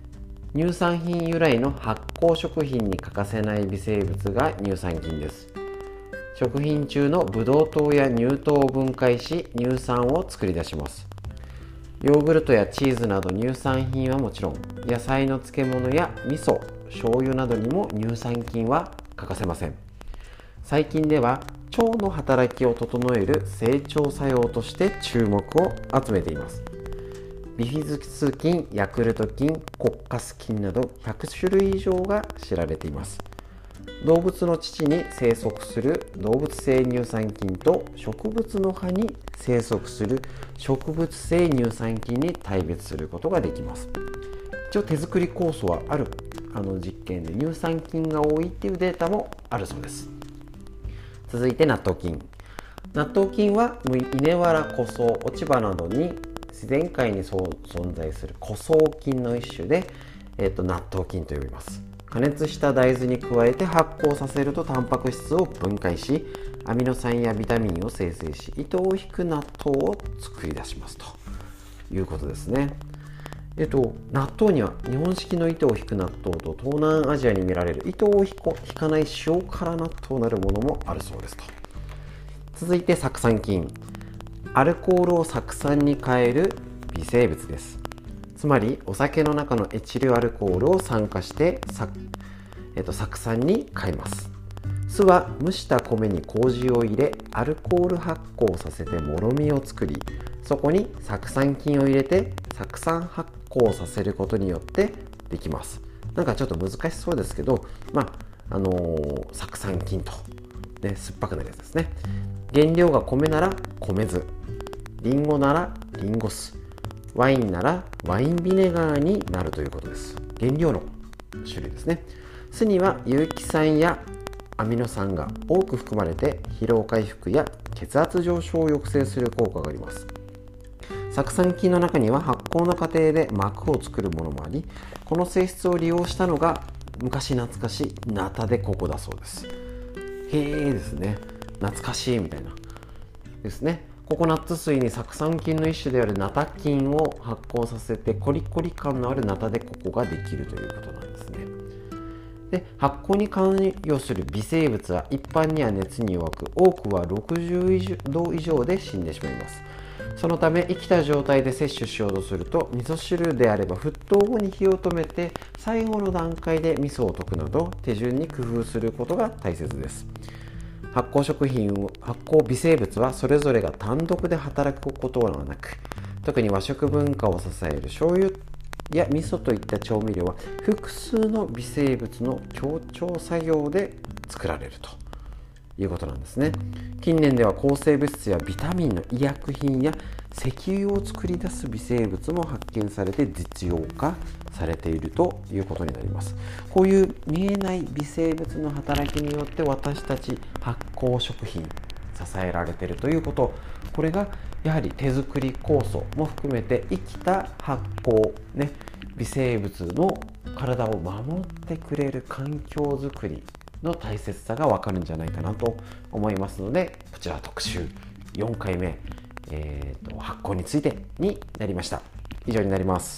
S1: 乳酸品由来の発酵食品に欠かせない微生物が乳酸菌です。食品中のブドウ糖や乳糖を分解し乳酸を作り出します。ヨーグルトやチーズなど乳酸品はもちろん、野菜の漬物や味噌、醤油などにも乳酸菌は欠かせません。最近では腸の働きを整える整腸作用として注目を集めています。ビフィズス菌、ヤクルト菌、コッカス菌などひゃくしゅるい以上が知られています。動物の乳に生息する動物性乳酸菌と植物の葉に生息する植物性乳酸菌に大別することができます。一応手作り酵素はあるあの実験で乳酸菌が多いっていうデータもあるそうです。続いて納豆菌。納豆菌は稲わら、胡椒、落ち葉などに自然界に存在する古草菌の一種で、えーと、納豆菌と呼びます。加熱した大豆に加えて発酵させるとタンパク質を分解し、アミノ酸やビタミンを生成し、糸を引く納豆を作り出しますということですね。えっと、納豆には日本式の糸を引く納豆と東南アジアに見られる糸を引かない塩辛納豆なるものもあるそうですと。続いて酢酸菌。アルコールを酢酸に変える微生物です。つまりお酒の中のエチルアルコールを酸化してさ、えっと、酢酸に変えます。酢は蒸した米に麹を入れアルコール発酵させてもろみを作り、そこに酢酸菌を入れて酢酸発酵させることによってできます。なんかちょっと難しそうですけど、まああのー、酢酸菌と、ね、酸っぱくなるやつですね。原料が米なら米酢、リンゴならリンゴ酢、ワインならワインビネガーになるということです。原料の種類ですね。酢には有機酸やアミノ酸が多く含まれて疲労回復や血圧上昇を抑制する効果があります。酢酸菌の中には発酵の過程で膜を作るものもあり、この性質を利用したのが昔懐かしいナタデココだそうです。へえですね、懐かしいみたいなですね。ココナッツ水に酢酸菌の一種であるナタ菌を発酵させてコリコリ感のあるナタデココができるということなんですね。で、発酵に関与する微生物は一般には熱に弱く、多くはろくじゅうど以上で死んでしまいます。そのため生きた状態で摂取しようとすると、味噌汁であれば沸騰後に火を止めて最後の段階で味噌を溶くなど手順に工夫することが大切です。発酵食品を発酵微生物はそれぞれが単独で働くことはなく、特に和食文化を支える醤油や味噌といった調味料は複数の微生物の協調作業で作られるということなんですね。近年では抗生物質やビタミンの医薬品や石油を作り出す微生物も発見されて実用化されているということになります。こういう見えない微生物の働きによって私たち発酵食品支えられているということ、これがやはり手作り酵素も含めて生きた発酵、ね、微生物の体を守ってくれる環境づくりの大切さが分かるんじゃないかなと思いますので、こちら特集よんかいめ、えーと、発酵についてになりました。以上になります。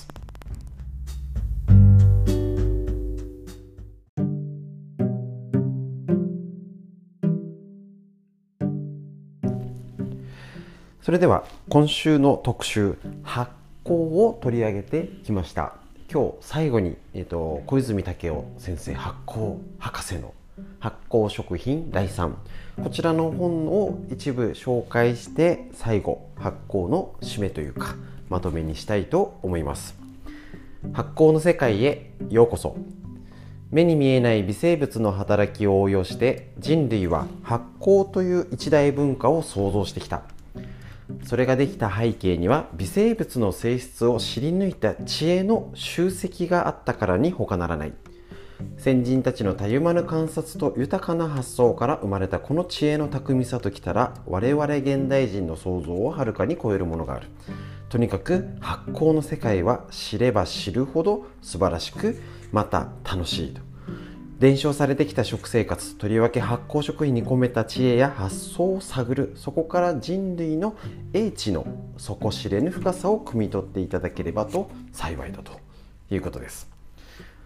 S1: それでは今週の特集、発酵を取り上げてきました。今日最後に、えーと、小泉武夫先生、発酵博士の発酵食品だいさん、こちらの本を一部紹介して最後発酵の締めというかまとめにしたいと思います。発酵の世界へようこそ。目に見えない微生物の働きを応用して人類は発酵という一大文化を創造してきた。それができた背景には微生物の性質を知り抜いた知恵の集積があったからに他ならない。先人たちのたゆまぬ観察と豊かな発想から生まれたこの知恵の巧みさときたら、我々現代人の想像をはるかに超えるものがある。とにかく発酵の世界は知れば知るほど素晴らしく、また楽しいと。伝承されてきた食生活、とりわけ発酵食品に込めた知恵や発想を探る、そこから人類の英知の底知れぬ深さを汲み取っていただければと幸いだということです。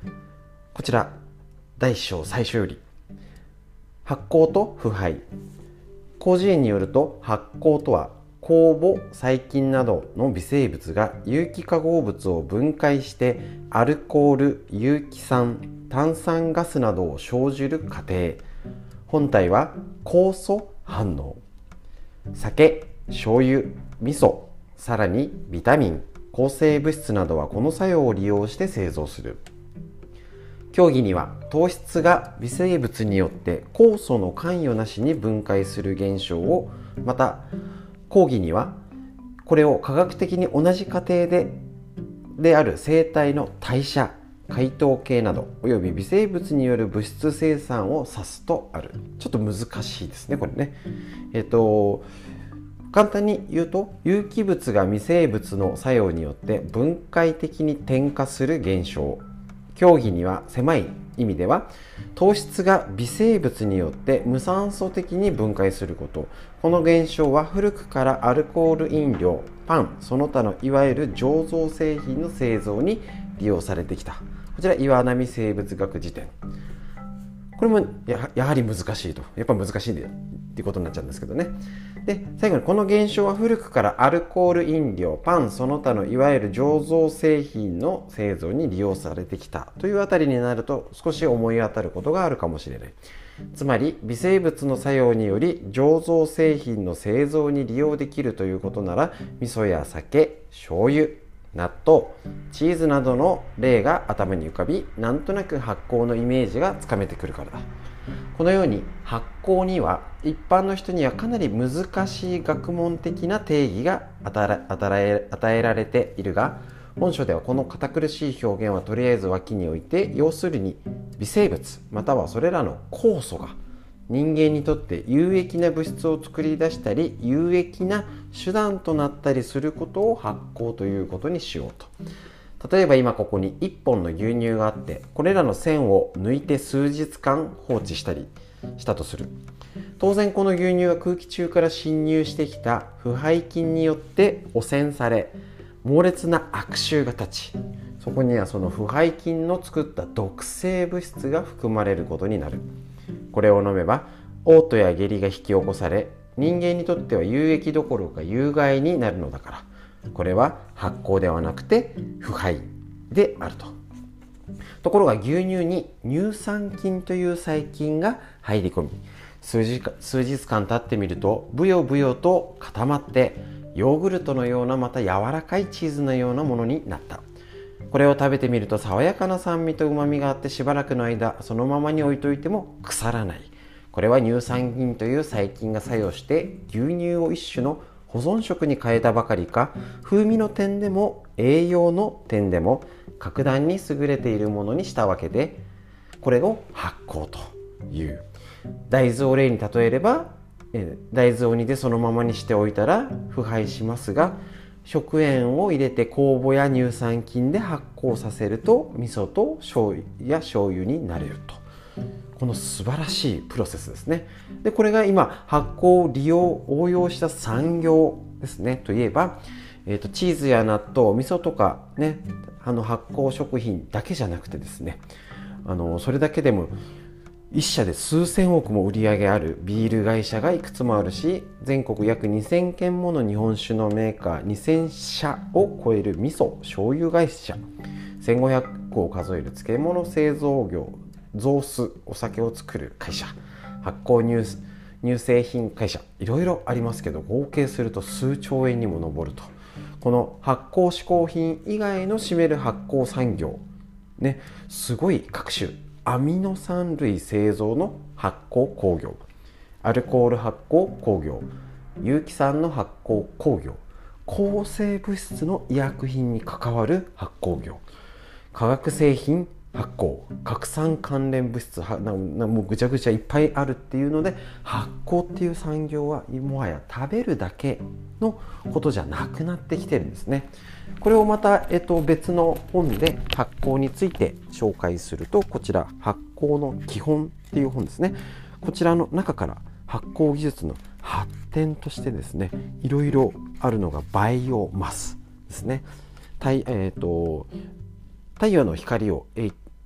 S1: こちら第一章最初より、発酵と腐敗。広辞苑によると、発酵とは酵母、細菌などの微生物が有機化合物を分解してアルコール、有機酸、炭酸ガスなどを生じる過程。本体は酵素反応。酒、醤油、味噌、さらにビタミン、抗生物質などはこの作用を利用して製造する。競技には糖質が微生物によって酵素の関与なしに分解する現象を、また講義にはこれを科学的に同じ過程でである生体の代謝、解糖系などおよび微生物による物質生産を指すとある。ちょっと難しいですねこれね。えっと簡単に言うと、有機物が微生物の作用によって分解的に転化する現象。競技には狭い意味では、糖質が微生物によって無酸素的に分解すること。この現象は古くからアルコール飲料、パン、その他のいわゆる醸造製品の製造に利用されてきた。こちら岩波生物学辞典。これも や, やはり難しいと、やっぱ難しいんだよっていうことになっちゃうんですけどね。で、最後にこの現象は古くからアルコール飲料、パン、その他のいわゆる醸造製品の製造に利用されてきたというあたりになると、少し思い当たることがあるかもしれない。つまり微生物の作用により醸造製品の製造に利用できるということなら、味噌や酒、醤油、納豆、チーズなどの例が頭に浮かび、なんとなく発酵のイメージがつかめてくるからだ。このように発酵には一般の人にはかなり難しい学問的な定義が与えられているが、本書ではこの堅苦しい表現はとりあえず脇に置いて、要するに微生物またはそれらの酵素が人間にとって有益な物質を作り出したり有益な手段となったりすることを発酵ということにしようと。例えば今ここにいっぽんの牛乳があって、これらの線を抜いて数日間放置したりしたとする。当然この牛乳は空気中から侵入してきた腐敗菌によって汚染され、猛烈な悪臭が立ち、そこにはその腐敗菌の作った毒性物質が含まれることになる。これを飲めば嘔吐や下痢が引き起こされ、人間にとっては有益どころか有害になるのだから、これは発酵ではなくて腐敗であると。ところが牛乳に乳酸菌という細菌が入り込み、数日か、数日間経ってみるとブヨブヨと固まって、ヨーグルトのようなまた柔らかいチーズのようなものになった。これを食べてみると爽やかな酸味と旨味があって、しばらくの間そのままに置いといても腐らない。これは乳酸菌という細菌が作用して牛乳を一種の保存食に変えたばかりか、風味の点でも栄養の点でも格段に優れているものにしたわけで、これを発酵という。大豆を例に例えれば、大豆を煮てそのままにしておいたら腐敗しますが、食塩を入れて酵母や乳酸菌で発酵させると味噌と醤油や醤油になれると。この素晴らしいプロセスですね。で、これが今発酵を利用応用した産業ですね。といえば、えーと、チーズや納豆、味噌とかね、あの発酵食品だけじゃなくてですね、あのそれだけでも一社で数千億も売り上げあるビール会社がいくつもあるし、全国約にせんけんもの日本酒のメーカーにせんしゃを超える味噌醤油会社、せんごひゃくを数える漬物製造業、増酢お酒を作る会社、発酵乳乳製品会社、いろいろありますけど、合計すると数兆円にも上ると。この発酵嗜好品以外の占める発酵産業ね、すごい各種アミノ酸類製造の発酵工業、アルコール発酵工業、有機酸の発酵工業、抗生物質の医薬品に関わる発酵業、化学製品発酵、拡散関連物質、はななもうぐちゃぐちゃいっぱいあるっていうので、発酵っていう産業はもはや食べるだけのことじゃなくなってきてるんですね。これをまた、えっと、別の本で発酵について紹介すると、こちら発酵の基本っていう本ですね。こちらの中から発酵技術の発展としてですね、いろいろあるのがバイオマスですね。太、えーと、太陽の光を、え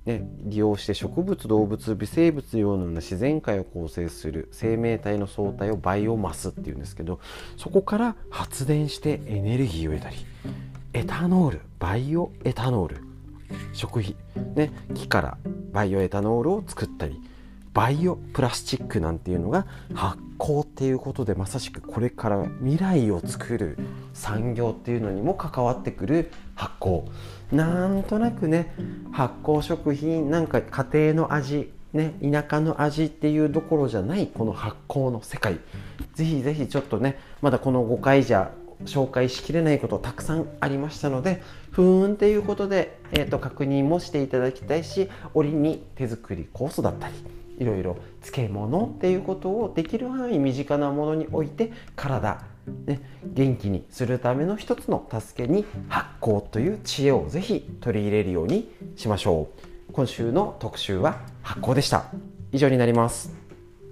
S1: ね、利用して植物、動物、微生物のような自然界を構成する生命体の総体をバイオマスっていうんですけど、そこから発電してエネルギーを得たり、エタノール、バイオエタノール、食品、ね、木からバイオエタノールを作ったり、バイオプラスチックなんていうのが発酵っていうことで、まさしくこれから未来を作る産業っていうのにも関わってくる発酵。なんとなくね、発酵食品なんか家庭の味、ね、田舎の味っていうどころじゃないこの発酵の世界、ぜひぜひちょっとね、まだこのごかいじゃ紹介しきれないことたくさんありましたので、ふーんっていうことで、えーと、確認もしていただきたいし、折に手作り酵素だったり、いろいろ漬物っていうことをできる範囲身近なものにおいて体、ね、元気にするための一つの助けに発酵という知恵をぜひ取り入れるようにしましょう。今週の特集は発酵でした。以上になります。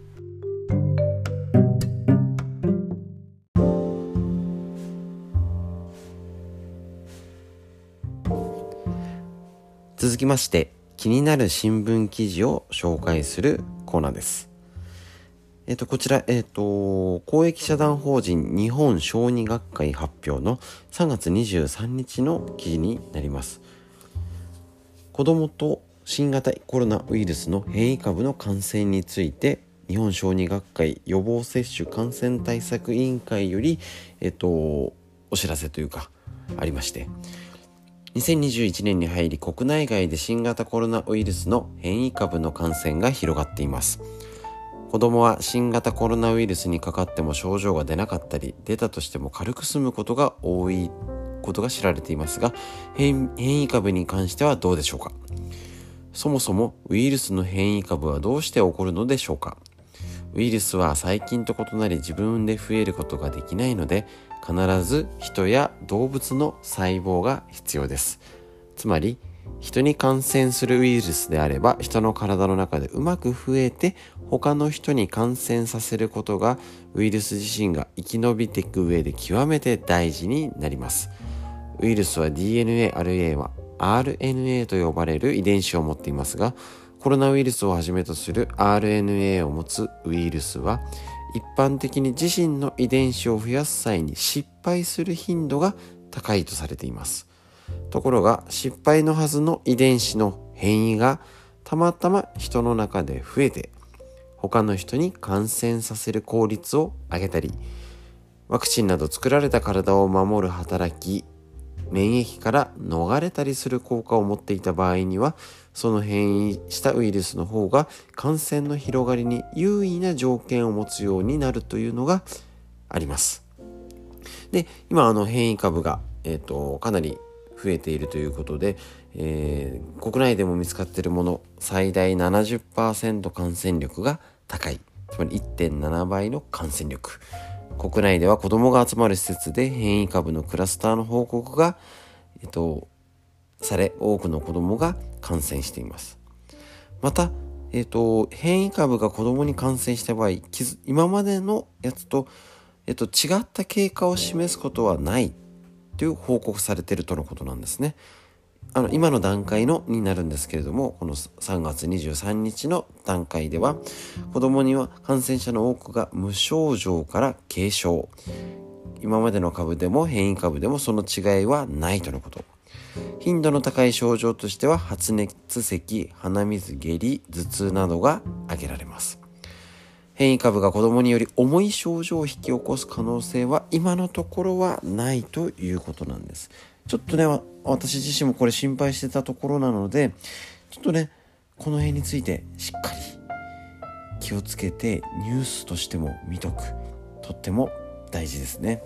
S1: 続きまして、気になる新聞記事を紹介するコーナーです。えっと、こちら、えっと、公益社団法人日本小児学会発表のさんがつにじゅうさんにちの記事になります。子どもと新型コロナウイルスの変異株の感染について、日本小児学会予防接種感染対策委員会より、えっと、お知らせというか、ありまして、にせんにじゅういちねんに入り国内外で新型コロナウイルスの変異株の感染が広がっています。子どもは新型コロナウイルスにかかっても症状が出なかったり、出たとしても軽く済むことが多いことが知られていますが、変異株に関してはどうでしょうか。そもそもウイルスの変異株はどうして起こるのでしょうか。ウイルスは細菌と異なり自分で増えることができないので、必ず人や動物の細胞が必要です。つまり人に感染するウイルスであれば、人の体の中でうまく増えて他の人に感染させることが、ウイルス自身が生き延びていく上で極めて大事になります。ウイルスは ディーエヌエー あるいは アールエヌエー と呼ばれる遺伝子を持っていますが、コロナウイルスをはじめとする アールエヌエー を持つウイルスは一般的に自身の遺伝子を増やす際に失敗する頻度が高いとされています。ところが失敗のはずの遺伝子の変異がたまたま人の中で増えて、他の人に感染させる効率を上げたり、ワクチンなど作られた体を守る働き、免疫から逃れたりする効果を持っていた場合には、その変異したウイルスの方が感染の広がりに優位な条件を持つようになるというのがあります。で、今あの変異株が、えーと、かなり増えているということで、えー、国内でも見つかっているもの、最大 ななじゅっパーセント 感染力が高い、つまり いってんななばいの感染力。国内では子どもが集まる施設で変異株のクラスターの報告が、えっと、され、多くの子どもが感染しています。また、えっと、変異株が子どもに感染した場合、今までのやつと、えっと、違った経過を示すことはないという報告されているとのことなんですね。あの今の段階のになるんですけれども、このさんがつにじゅうさんにちの段階では、子どもには感染者の多くが無症状から軽症、今までの株でも変異株でもその違いはないとのこと。頻度の高い症状としては発熱、咳、鼻水、下痢、頭痛などが挙げられます。変異株が子どもにより重い症状を引き起こす可能性は今のところはないということなんです。ちょっとね、私自身もこれ心配してたところなので、ちょっとね、この辺についてしっかり気をつけてニュースとしても見とく、とっても大事ですね。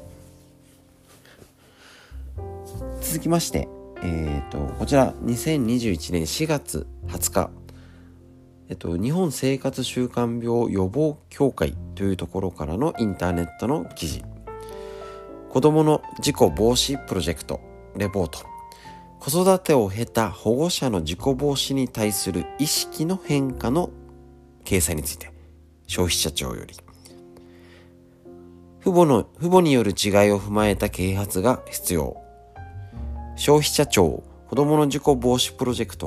S1: 続きまして、えーと、こちらにせんにじゅういちねんしがつはつか、えっと、日本生活習慣病予防協会というところからのインターネットの記事。子どもの事故防止プロジェクトレポート。子育てを経た保護者の事故防止に対する意識の変化の掲載について、消費者庁より。父母の、父母による違いを踏まえた啓発が必要。消費者庁子どもの事故防止プロジェクトが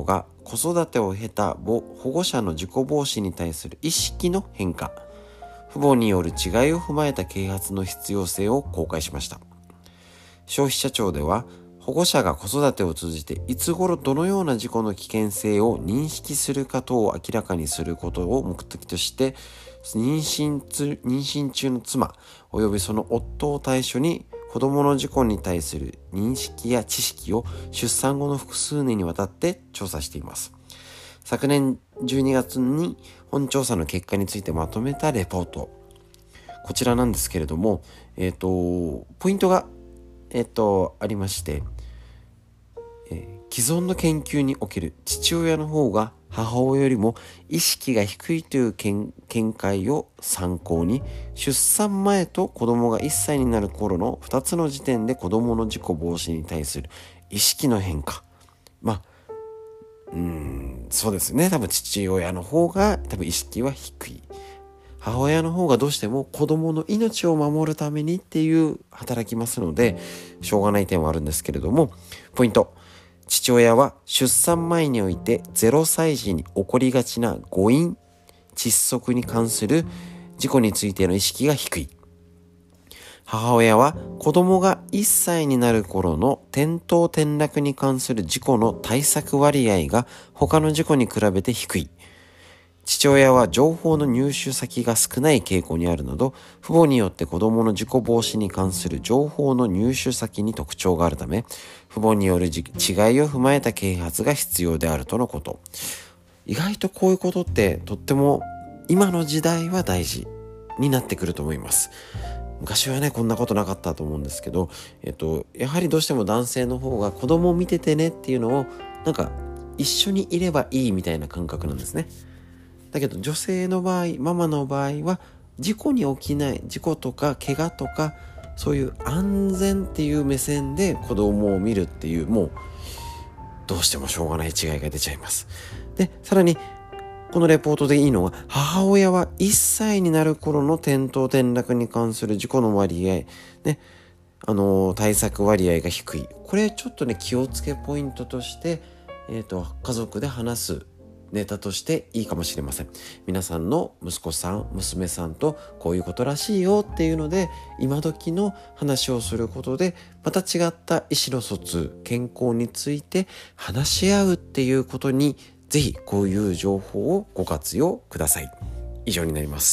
S1: 子育てを経た保護者の事故防止に対する意識の変化、父母による違いを踏まえた啓発の必要性を公開しました。消費者庁では、保護者が子育てを通じていつ頃どのような事故の危険性を認識するか等を明らかにすることを目的として、妊娠つ、妊娠中の妻及びその夫を対象に子供の事故に対する認識や知識を出産後の複数年にわたって調査しています。昨年じゅうにがつに本調査の結果についてまとめたレポート。こちらなんですけれども、えっと、ポイントが、えっと、ありまして、えー、既存の研究における父親の方が母親よりも意識が低いという見解を参考に、出産前と子供がいっさいになる頃のふたつの時点で子供の事故防止に対する意識の変化。まあ、うーん、そうですね。多分父親の方が多分意識は低い。母親の方がどうしても子供の命を守るためにっていう働きますので、しょうがない点はあるんですけれども、ポイント。父親は出産前においてゼロさい児に起こりがちな誤飲、窒息に関する事故についての意識が低い。母親は子供がいっさいになる頃の転倒転落に関する事故の対策割合が他の事故に比べて低い。父親は情報の入手先が少ない傾向にあるなど、父母によって子供の事故防止に関する情報の入手先に特徴があるため、父母による違いを踏まえた啓発が必要であるとのこと。意外とこういうことってとっても今の時代は大事になってくると思います。昔はね、こんなことなかったと思うんですけど、えっと、やはりどうしても男性の方が子供を見ててねっていうのを、なんか一緒にいればいいみたいな感覚なんですね。だけど女性の場合、ママの場合は事故に起きない、事故とか怪我とかそういう安全っていう目線で子供を見るっていう、もうどうしてもしょうがない違いが出ちゃいます。で、さらにこのレポートでいいのは、母親はいっさいになる頃の転倒転落に関する事故の割合、ね、あのー、対策割合が低い。これちょっとね、気をつけポイントとして、えっと、家族で話すネタとしていいかもしれません。皆さんの息子さん、娘さんとこういうことらしいよっていうので、今時の話をすることで、また違った意思の疎通、健康について話し合うっていうことに、ぜひこういう情報をご活用ください。以上になります。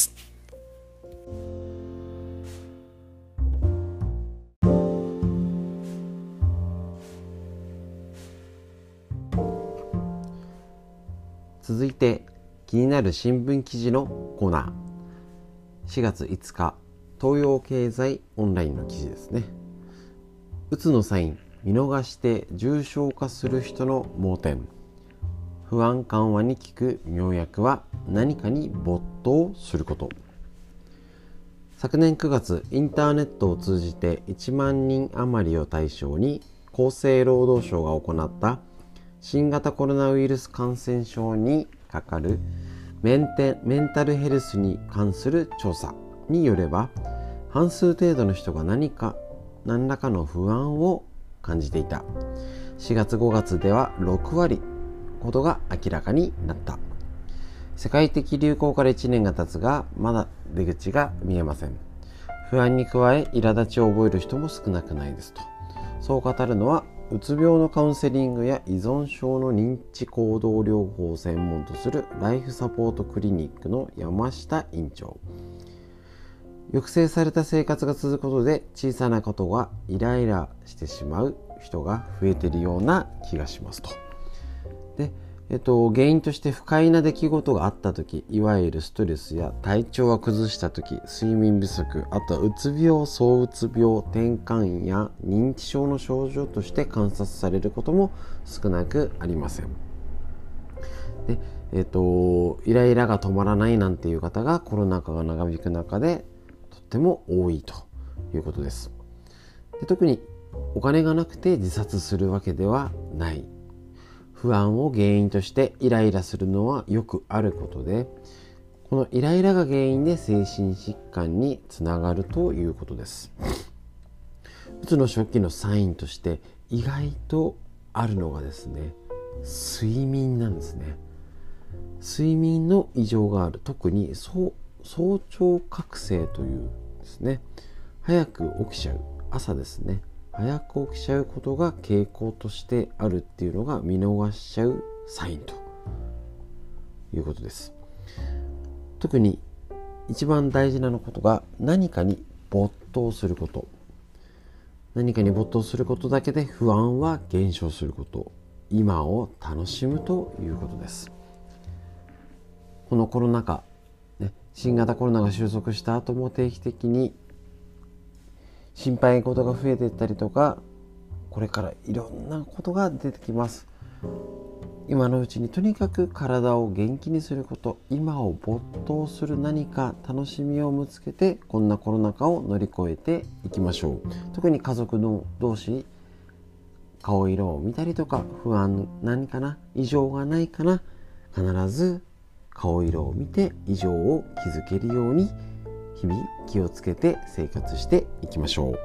S1: 続いて気になる新聞記事のコーナー。しがついつか東洋経済オンラインの記事ですね。うつのサイン見逃して重症化する人の盲点、不安緩和に効く妙薬は何かに没頭すること。昨年くがつ、インターネットを通じていちまんにん余りを対象に厚生労働省が行った新型コロナウイルス感染症にかかるメンテ、メンタルヘルスに関する調査によれば、半数程度の人が何か何らかの不安を感じていた。しがつごがつではろくわりほどが明らかになった。世界的流行からいちねんが経つが、まだ出口が見えません。不安に加え苛立ちを覚える人も少なくないですと。そう語るのは、うつ病のカウンセリングや依存症の認知行動療法を専門とするライフサポートクリニックの山下院長。抑制された生活が続くことで小さなことがイライラしてしまう人が増えているような気がしますと。で、えっと、原因として不快な出来事があったとき、いわゆるストレスや体調を崩したとき、睡眠不足、あとはうつ病、躁うつ病、転換や認知症の症状として観察されることも少なくありません。で、えっと、イライラが止まらないなんていう方がコロナ禍が長引く中でとっても多いということです。で、特にお金がなくて自殺するわけではない。不安を原因としてイライラするのはよくあることで、このイライラが原因で精神疾患につながるということです。うつの初期のサインとして意外とあるのがですね、 睡眠なんですね。睡眠の異常がある。特に早朝覚醒というですね、早く起きちゃう、朝ですね、早く起きちゃうことが傾向としてあるっていうのが見逃しちゃうサインということです。特に一番大事なことが何かに没頭すること。何かに没頭することだけで不安は減少すること。今を楽しむということです。このコロナ禍、ね、新型コロナが収束した後も定期的に心配事が増えていったりとか、これからいろんなことが出てきます。今のうちにとにかく体を元気にすること、今を没頭する何か楽しみを見つけて、こんなコロナ禍を乗り越えていきましょう。特に家族の同士、顔色を見たりとか、不安何かな、異常がないかな、必ず顔色を見て異常を気づけるように日々気をつけて生活していきましょう。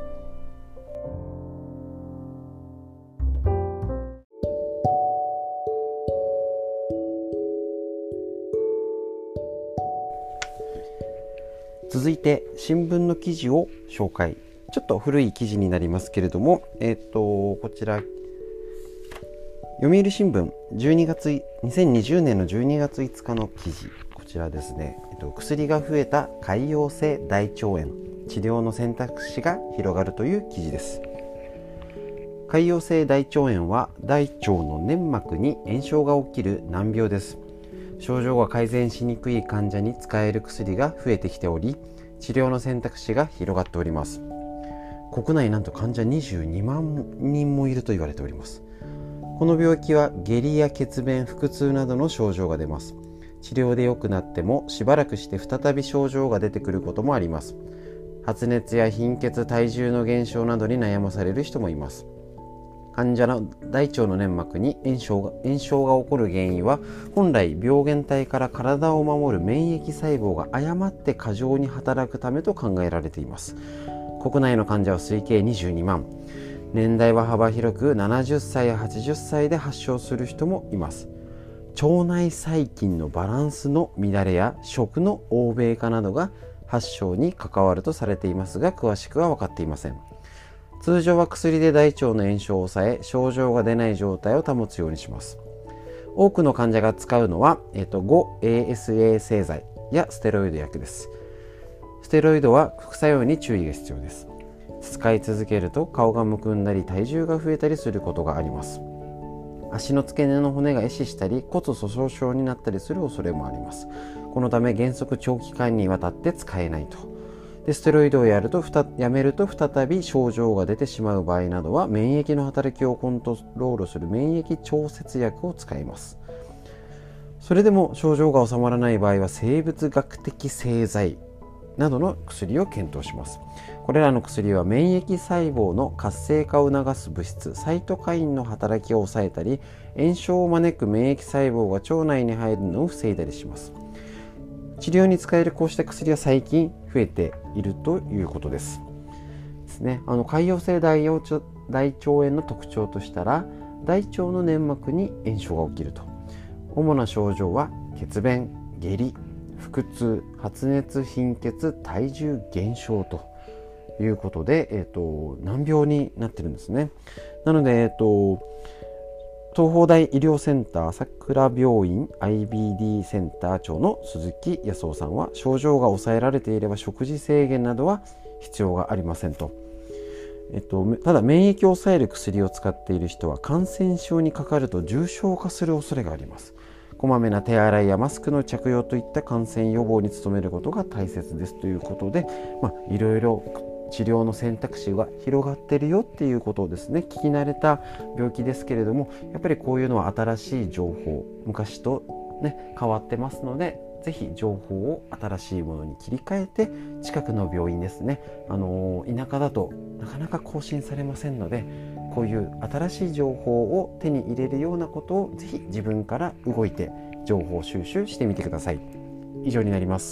S1: 続いて新聞の記事を紹介。ちょっと古い記事になりますけれども、えっとこちら読売新聞じゅうにがつにせんにじゅうねんのじゅうにがついつかの記事、こちらですね、えっと、薬が増えた潰瘍性大腸炎、治療の選択肢が広がるという記事です。潰瘍性大腸炎は大腸の粘膜に炎症が起きる難病です。症状が改善しにくい患者に使える薬が増えてきており、治療の選択肢が広がっております。国内なんと患者にじゅうにまんにんもいると言われております。この病気は下痢や血便、腹痛などの症状が出ます。治療で良くなってもしばらくして再び症状が出てくることもあります。発熱や貧血、体重の減少などに悩まされる人もいます。患者の大腸の粘膜に炎症が、炎症が起こる原因は、本来病原体から体を守る免疫細胞が誤って過剰に働くためと考えられています。国内の患者は推計にじゅうにまん。年代は幅広くななじゅっさいやはちじゅっさいで発症する人もいます。腸内細菌のバランスの乱れや食の欧米化などが発症に関わるとされていますが、詳しくは分かっていません。通常は薬で大腸の炎症を抑え、症状が出ない状態を保つようにします。多くの患者が使うのは、えっと、ごエーエスエー 製剤やステロイド薬です。ステロイドは副作用に注意が必要です。使い続けると顔がむくんだり体重が増えたりすることがあります。足の付け根の骨が壊死したり骨粗鬆症になったりする恐れもあります。このため原則長期間にわたって使えないと。でステロイドをやるとやめると再び症状が出てしまう場合などは、免疫の働きをコントロールする免疫調節薬を使います。それでも症状が治まらない場合は、生物学的製剤などの薬を検討します。これらの薬は免疫細胞の活性化を促す物質サイトカインの働きを抑えたり、炎症を招く免疫細胞が腸内に入るのを防いだりします。治療に使えるこうした薬は最近増えているということです。ですね、あの潰瘍性大腸、大腸炎の特徴としたら、大腸の粘膜に炎症が起きると。主な症状は血便、下痢、腹痛、発熱、貧血、体重減少ということで、えーと、難病になってるんですね。なので、えーと東邦大医療センター桜病院 アイビーディー センター長の鈴木康夫さんは、症状が抑えられていれば食事制限などは必要がありませんと。えっと、ただ免疫を抑える薬を使っている人は感染症にかかると重症化する恐れがあります。こまめな手洗いやマスクの着用といった感染予防に努めることが大切ですということで、まあ、いろいろ治療の選択肢が広がっているよっていうことをですね、聞き慣れた病気ですけれども、やっぱりこういうのは新しい情報、昔と、ね、変わってますので、ぜひ情報を新しいものに切り替えて、近くの病院ですね、あの田舎だとなかなか更新されませんので、こういう新しい情報を手に入れるようなことをぜひ自分から動いて情報収集してみてください。以上になります。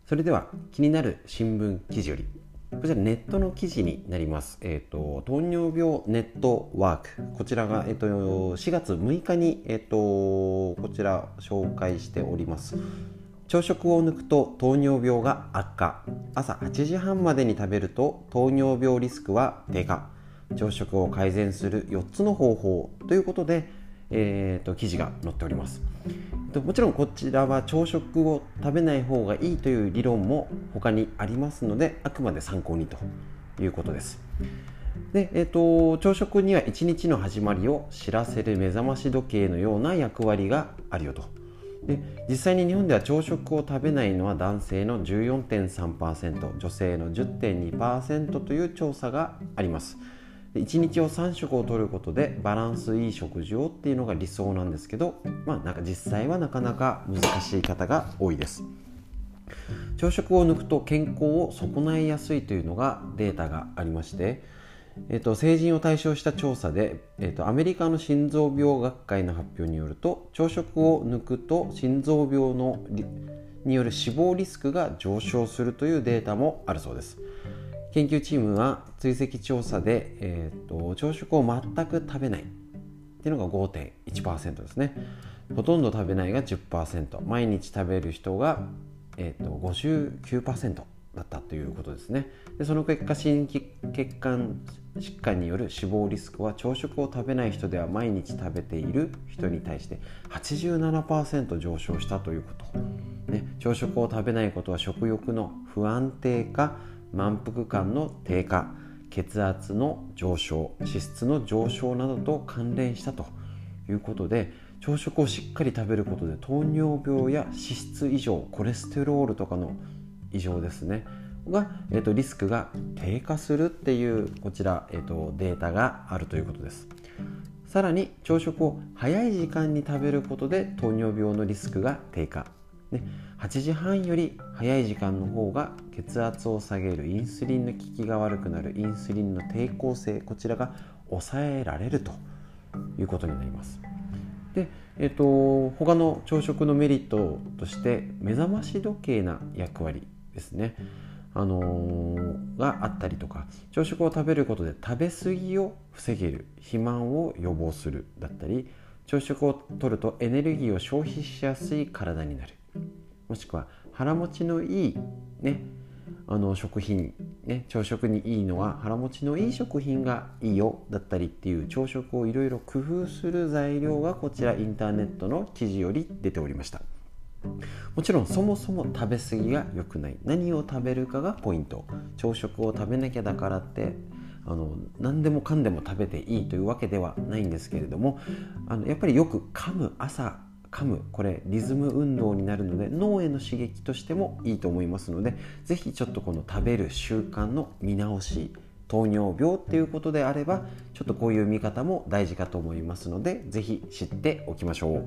S1: それでは気になる新聞記事より、こちらネットの記事になります。えーと、糖尿病ネットワーク、こちらが、えーと、しがつむいかに、えーと、こちら紹介しております。朝食を抜くと糖尿病が悪化、朝はちじはんまでに食べると糖尿病リスクは低下、朝食を改善するよっつの方法ということで、えーと、記事が載っております。もちろんこちらは朝食を食べない方がいいという理論も他にありますので、あくまで参考にということです。で、えーと、朝食にはいちにちの始まりを知らせる目覚まし時計のような役割があるよと。で、実際に日本では朝食を食べないのは男性の じゅうよんてんさんパーセント、女性の じゅってんにパーセント という調査があります。いちにちをさん食を摂ることでバランスいい食事をっていうのが理想なんですけど、まあ、なんか実際はなかなか難しい方が多いです。朝食を抜くと健康を損ないやすいというのがデータがありまして、えっと、成人を対象した調査で、えっと、アメリカの心臓病学会の発表によると、朝食を抜くと心臓病のによる死亡リスクが上昇するというデータもあるそうです。研究チームは追跡調査で、えー、と朝食を全く食べないっていうのが ごてんいちパーセント ですね。ほとんど食べないが じゅっパーセント、 毎日食べる人が、えー、と ごじゅうきゅうパーセント だったということですね。でその結果、心筋血管疾患による死亡リスクは朝食を食べない人では毎日食べている人に対して はちじゅうななパーセント 上昇したということ、ね、朝食を食べないことは食欲の不安定化、満腹感の低下、血圧の上昇、脂質の上昇などと関連したということで、朝食をしっかり食べることで糖尿病や脂質異常、コレステロールとかの異常ですねが、えーと、リスクが低下するっていうこちら、えーと、データがあるということです。さらに朝食を早い時間に食べることで糖尿病のリスクが低下、ね、はちじはんより早い時間の方が血圧を下げるインスリンの効きが悪くなるインスリンの抵抗性、こちらが抑えられるということになります。で、えーと、他の朝食のメリットとして目覚まし時計な役割ですね、あのー、があったりとか、朝食を食べることで食べ過ぎを防げる、肥満を予防するだったり、朝食をとるとエネルギーを消費しやすい体になる、もしくは腹持ちのいい、ね、あの食品、ね、朝食にいいのは腹持ちのいい食品がいいよだったりっていう、朝食をいろいろ工夫する材料がこちらインターネットの記事より出ておりました。もちろんそもそも食べ過ぎが良くない、何を食べるかがポイント。朝食を食べなきゃだからってあの何でもかんでも食べていいというわけではないんですけれども、あのやっぱりよく噛む、朝噛む、これリズム運動になるので脳への刺激としてもいいと思いますので、ぜひちょっとこの食べる習慣の見直し、糖尿病っていうことであればちょっとこういう見方も大事かと思いますので、ぜひ知っておきましょう。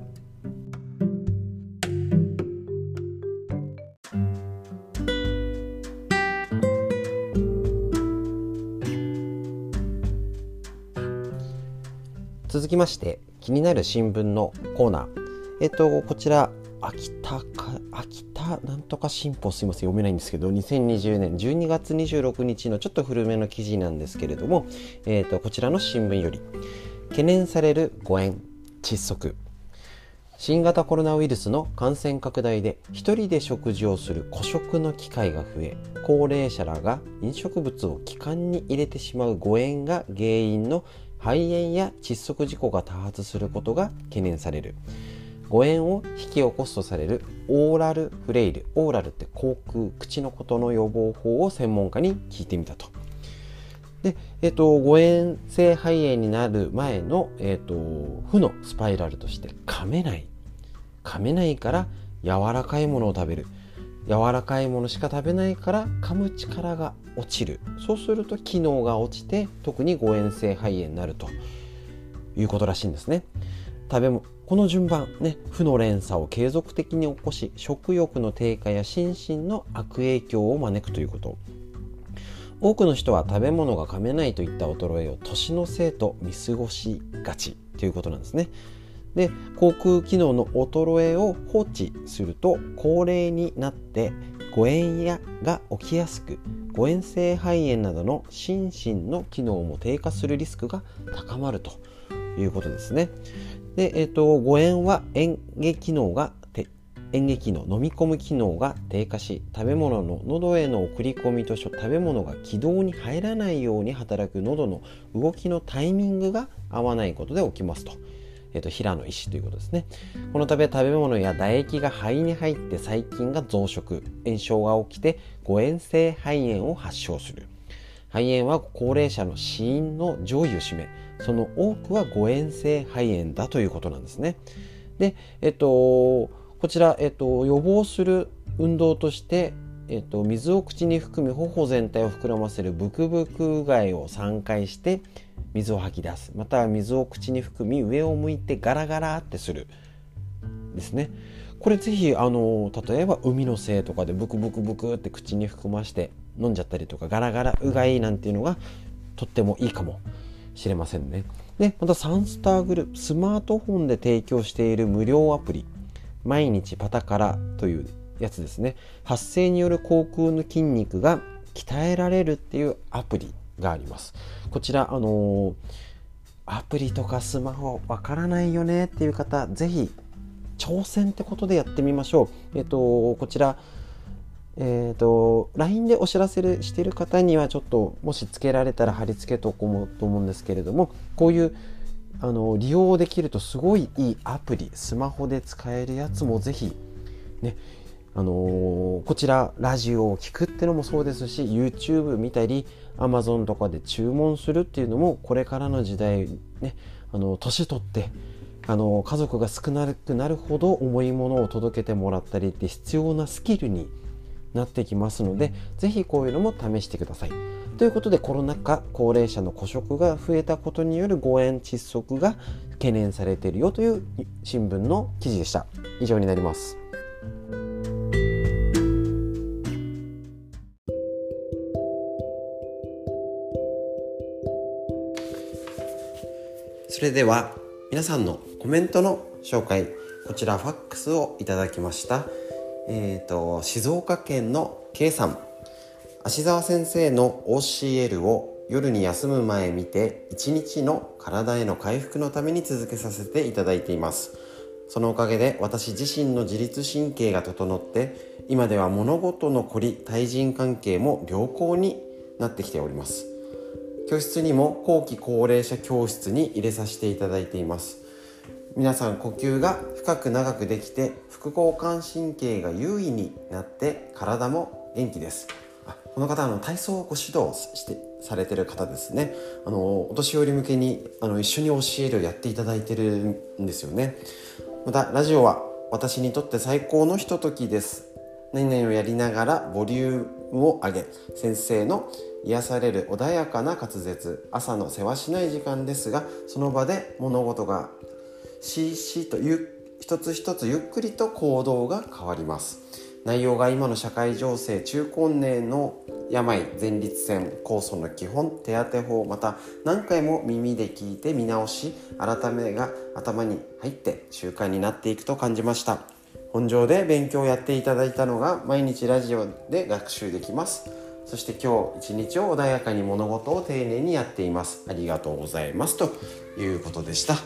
S1: 続きまして気になる新聞のコーナー、えっとこちら秋田か秋田なんとか新報、すいません読めないんですけど、にせんにじゅうねんじゅうにがつにじゅうろくにちのちょっと古めの記事なんですけれども、えっとこちらの新聞より、懸念される誤嚥窒息、新型コロナウイルスの感染拡大で一人で食事をする個食の機会が増え、高齢者らが飲食物を気管に入れてしまう誤嚥が原因の肺炎や窒息事故が多発することが懸念される。誤嚥を引き起こすとされるオーラルフレイル、オーラルって口腔、口のことの予防法を専門家に聞いてみたと。で、えっと、誤嚥性肺炎になる前の、えっと、負のスパイラルとして噛めない。噛めないから柔らかいものを食べる。柔らかいものしか食べないから噛む力が落ちる。そうすると機能が落ちて、特に誤嚥性肺炎になるということらしいんですね。食べもこの順番ね、負の連鎖を継続的に起こし、食欲の低下や心身の悪影響を招くということ。多くの人は食べ物が噛めないといった衰えを年のせいと見過ごしがちということなんですね。で、口腔機能の衰えを放置すると高齢になって誤嚥やが起きやすく、誤嚥性肺炎などの心身の機能も低下するリスクが高まるということですね。で、えーと、誤嚥は嚥下機能が嚥下機能、飲み込む機能が低下し、食べ物の喉への送り込みと食べ物が気道に入らないように働く喉の動きのタイミングが合わないことで起きますと。えーと、平野医師ということですね。このため食べ物や唾液が肺に入って細菌が増殖、炎症が起きて誤嚥性肺炎を発症する。肺炎は高齢者の死因の上位を占め、その多くは誤嚥性肺炎だということなんですね。で、えっとこちら、えっと、予防する運動として、えっと、水を口に含み頬全体を膨らませるブクブクうがいをさんかいして水を吐き出す。または水を口に含み上を向いてガラガラってするですね。これぜひあの例えば海のせいとかでブクブクブクって口に含まして飲んじゃったりとか、ガラガラうがいなんていうのがとってもいいかもしれませんね。で、またサンスターグループ、スマートフォンで提供している無料アプリ、毎日パタカラというやつですね。発声による口腔の筋肉が鍛えられるっていうアプリがあります。こちらあのー、アプリとかスマホわからないよねっていう方、ぜひ挑戦ってことでやってみましょう。えっとこちらえっと ライン でお知らせしている方にはちょっともしつけられたら貼り付けとこうと思うんですけれども、こういうあの利用できるとすごいいいアプリ、スマホで使えるやつもぜひね、あのー、こちらラジオを聞くってのもそうですし、 YouTube 見たり Amazon とかで注文するっていうのもこれからの時代ね、あの年取ってあの家族が少なくなるほど重いものを届けてもらったりって必要なスキルになってきますので、ぜひこういうのも試してください。ということで、コロナ禍高齢者の孤食が増えたことによる誤嚥窒息が懸念されているよという新聞の記事でした。以上になります。それでは皆さんのコメントの紹介、こちらファックスをいただきました。えーと、静岡県の K さん、芦澤先生の オーシーエル を夜に休む前見て一日の体への回復のために続けさせていただいています。そのおかげで私自身の自律神経が整って、今では物事の凝り対人関係も良好になってきております。教室にも後期高齢者教室に入れさせていただいています。皆さん呼吸が深く長くできて、副交感神経が優位になって体も元気です。この方はあの体操をご指導してされている方ですね。あのお年寄り向けにあの一緒に教えるをやっていただいてるんですよね。またラジオは私にとって最高のひとときです。何々をやりながらボリュームを上げ、先生の癒される穏やかな滑舌、朝のせわしない時間ですが、その場で物事がししとゆ一つ一つゆっくりと行動が変わります。内容が今の社会情勢、中高年の病、前立腺、酵素の基本、手当法、また何回も耳で聞いて見直し、改めが頭に入って習慣になっていくと感じました。本上で勉強をやっていただいたのが毎日ラジオで学習できます。そして今日一日を穏やかに物事を丁寧にやっています。ありがとうございますということでした。はい、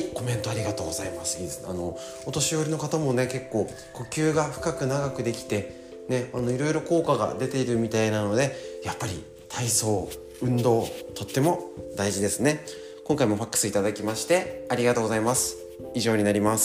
S1: コメントありがとうございます。いいですね。あのお年寄りの方もね、結構呼吸が深く長くできてね、あのいろいろ効果が出ているみたいなので、やっぱり体操、運動とっても大事ですね。今回もファックスいただきましてありがとうございます。以上になります。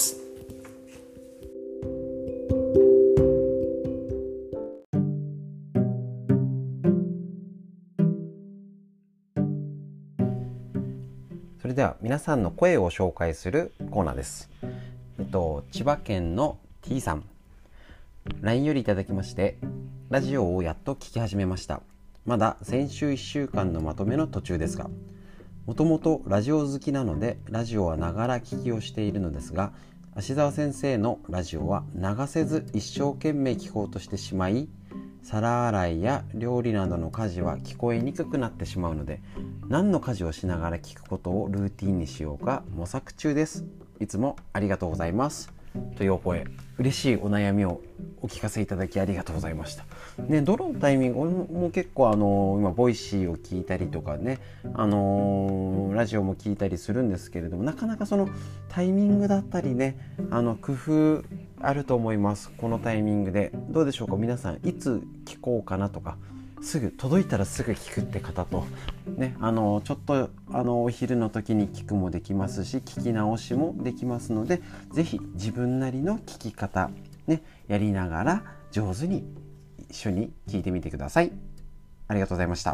S1: それでは皆さんの声を紹介するコーナーです。えっと、千葉県の T さん、 ライン よりいただきまして、ラジオをやっと聞き始めました。まだ先週いっしゅうかんのまとめの途中ですが、もともとラジオ好きなのでラジオはながら聞きをしているのですが、芦澤先生のラジオは流せず一生懸命聞こうとしてしまい、皿洗いや料理などの家事は聞こえにくくなってしまうので、何の家事をしながら聞くことをルーティンにしようか模索中です。いつもありがとうございます。 というお声、嬉しいお悩みをお聞かせいただきありがとうございました。ね、どのタイミングも結構あの今ボイシーを聞いたりとかね、あのー、ラジオも聞いたりするんですけれども、なかなかそのタイミングだったりね、あの工夫あると思います。このタイミングでどうでしょうか。皆さんいつ聞こうかなとか、すぐ届いたらすぐ聞くって方とね、あのちょっとあのお昼の時に聞くもできますし、聞き直しもできますので、ぜひ自分なりの聞き方ね、やりながら上手に一緒に聞いてみてください。ありがとうございました。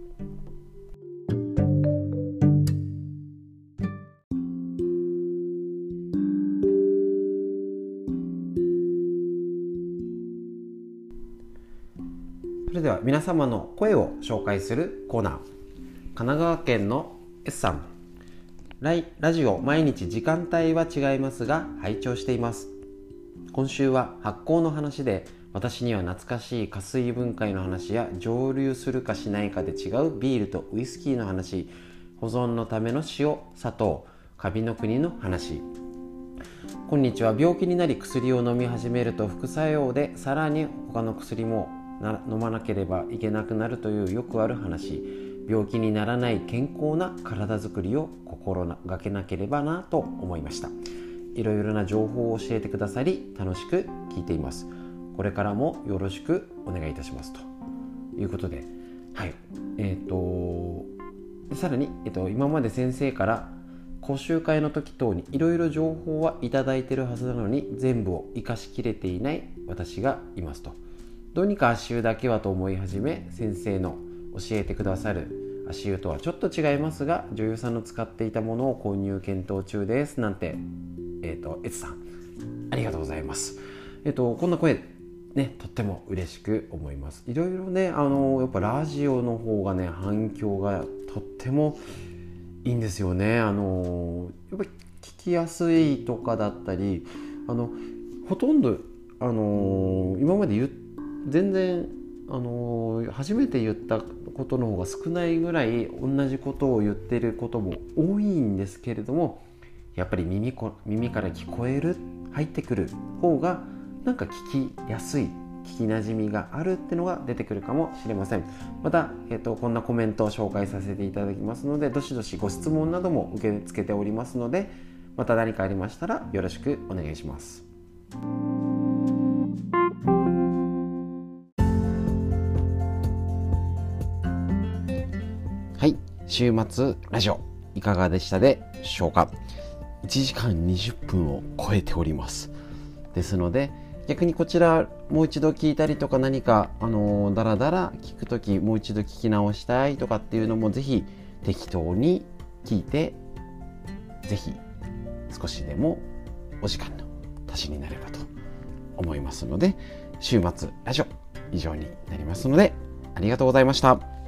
S1: それでは皆様の声を紹介するコーナー。神奈川県の S さん、ライラジオ毎日時間帯は違いますが拝聴しています。今週は発酵の話で、私には懐かしい加水分解の話や蒸留するかしないかで違うビールとウイスキーの話、保存のための塩、砂糖、カビの国の話。今日は病気になり薬を飲み始めると副作用でさらに他の薬も飲まなければいけなくなるというよくある話。病気にならない健康な体づくりを心がけなければなと思いました。いろいろな情報を教えてくださり楽しく聞いています。これからもよろしくお願いいたしますということで、はい、えっ、ー、とさらに、えー、と今まで先生から講習会の時等にいろいろ情報はいただいているはずなのに全部を生かしきれていない私がいますと。どうにか足湯だけはと思い始め、先生の教えてくださる足湯とはちょっと違いますが、女優さんの使っていたものを購入検討中ですなんて、えっ、ー、と S さんありがとうございます。えっ、ー、とこんな声ね、とっても嬉しく思います。いろいろね、あのやっぱラジオの方がね反響がとってもいいんですよね。あのやっぱり聞きやすいとかだったり、あのほとんどあの今まで言全然あの初めて言ったことの方が少ないぐらい同じことを言ってることも多いんですけれども、やっぱり 耳, こ耳から聞こえる入ってくる方がなんか聞きやすい、聞きなじみがあるってのが出てくるかもしれません。また、えーと、こんなコメントを紹介させていただきますので、どしどしご質問なども受け付けておりますので、また何かありましたらよろしくお願いします。はい、週末ラジオいかがでしたでしょうか。いちじかんにじゅっぷんを超えております。ですので逆にこちらもう一度聞いたりとか、何かあのだらだら聞くときもう一度聞き直したいとかっていうのもぜひ適当に聞いて、ぜひ少しでもお時間の足しになればと思いますので、週末ラジオ以上になりますのでありがとうございました。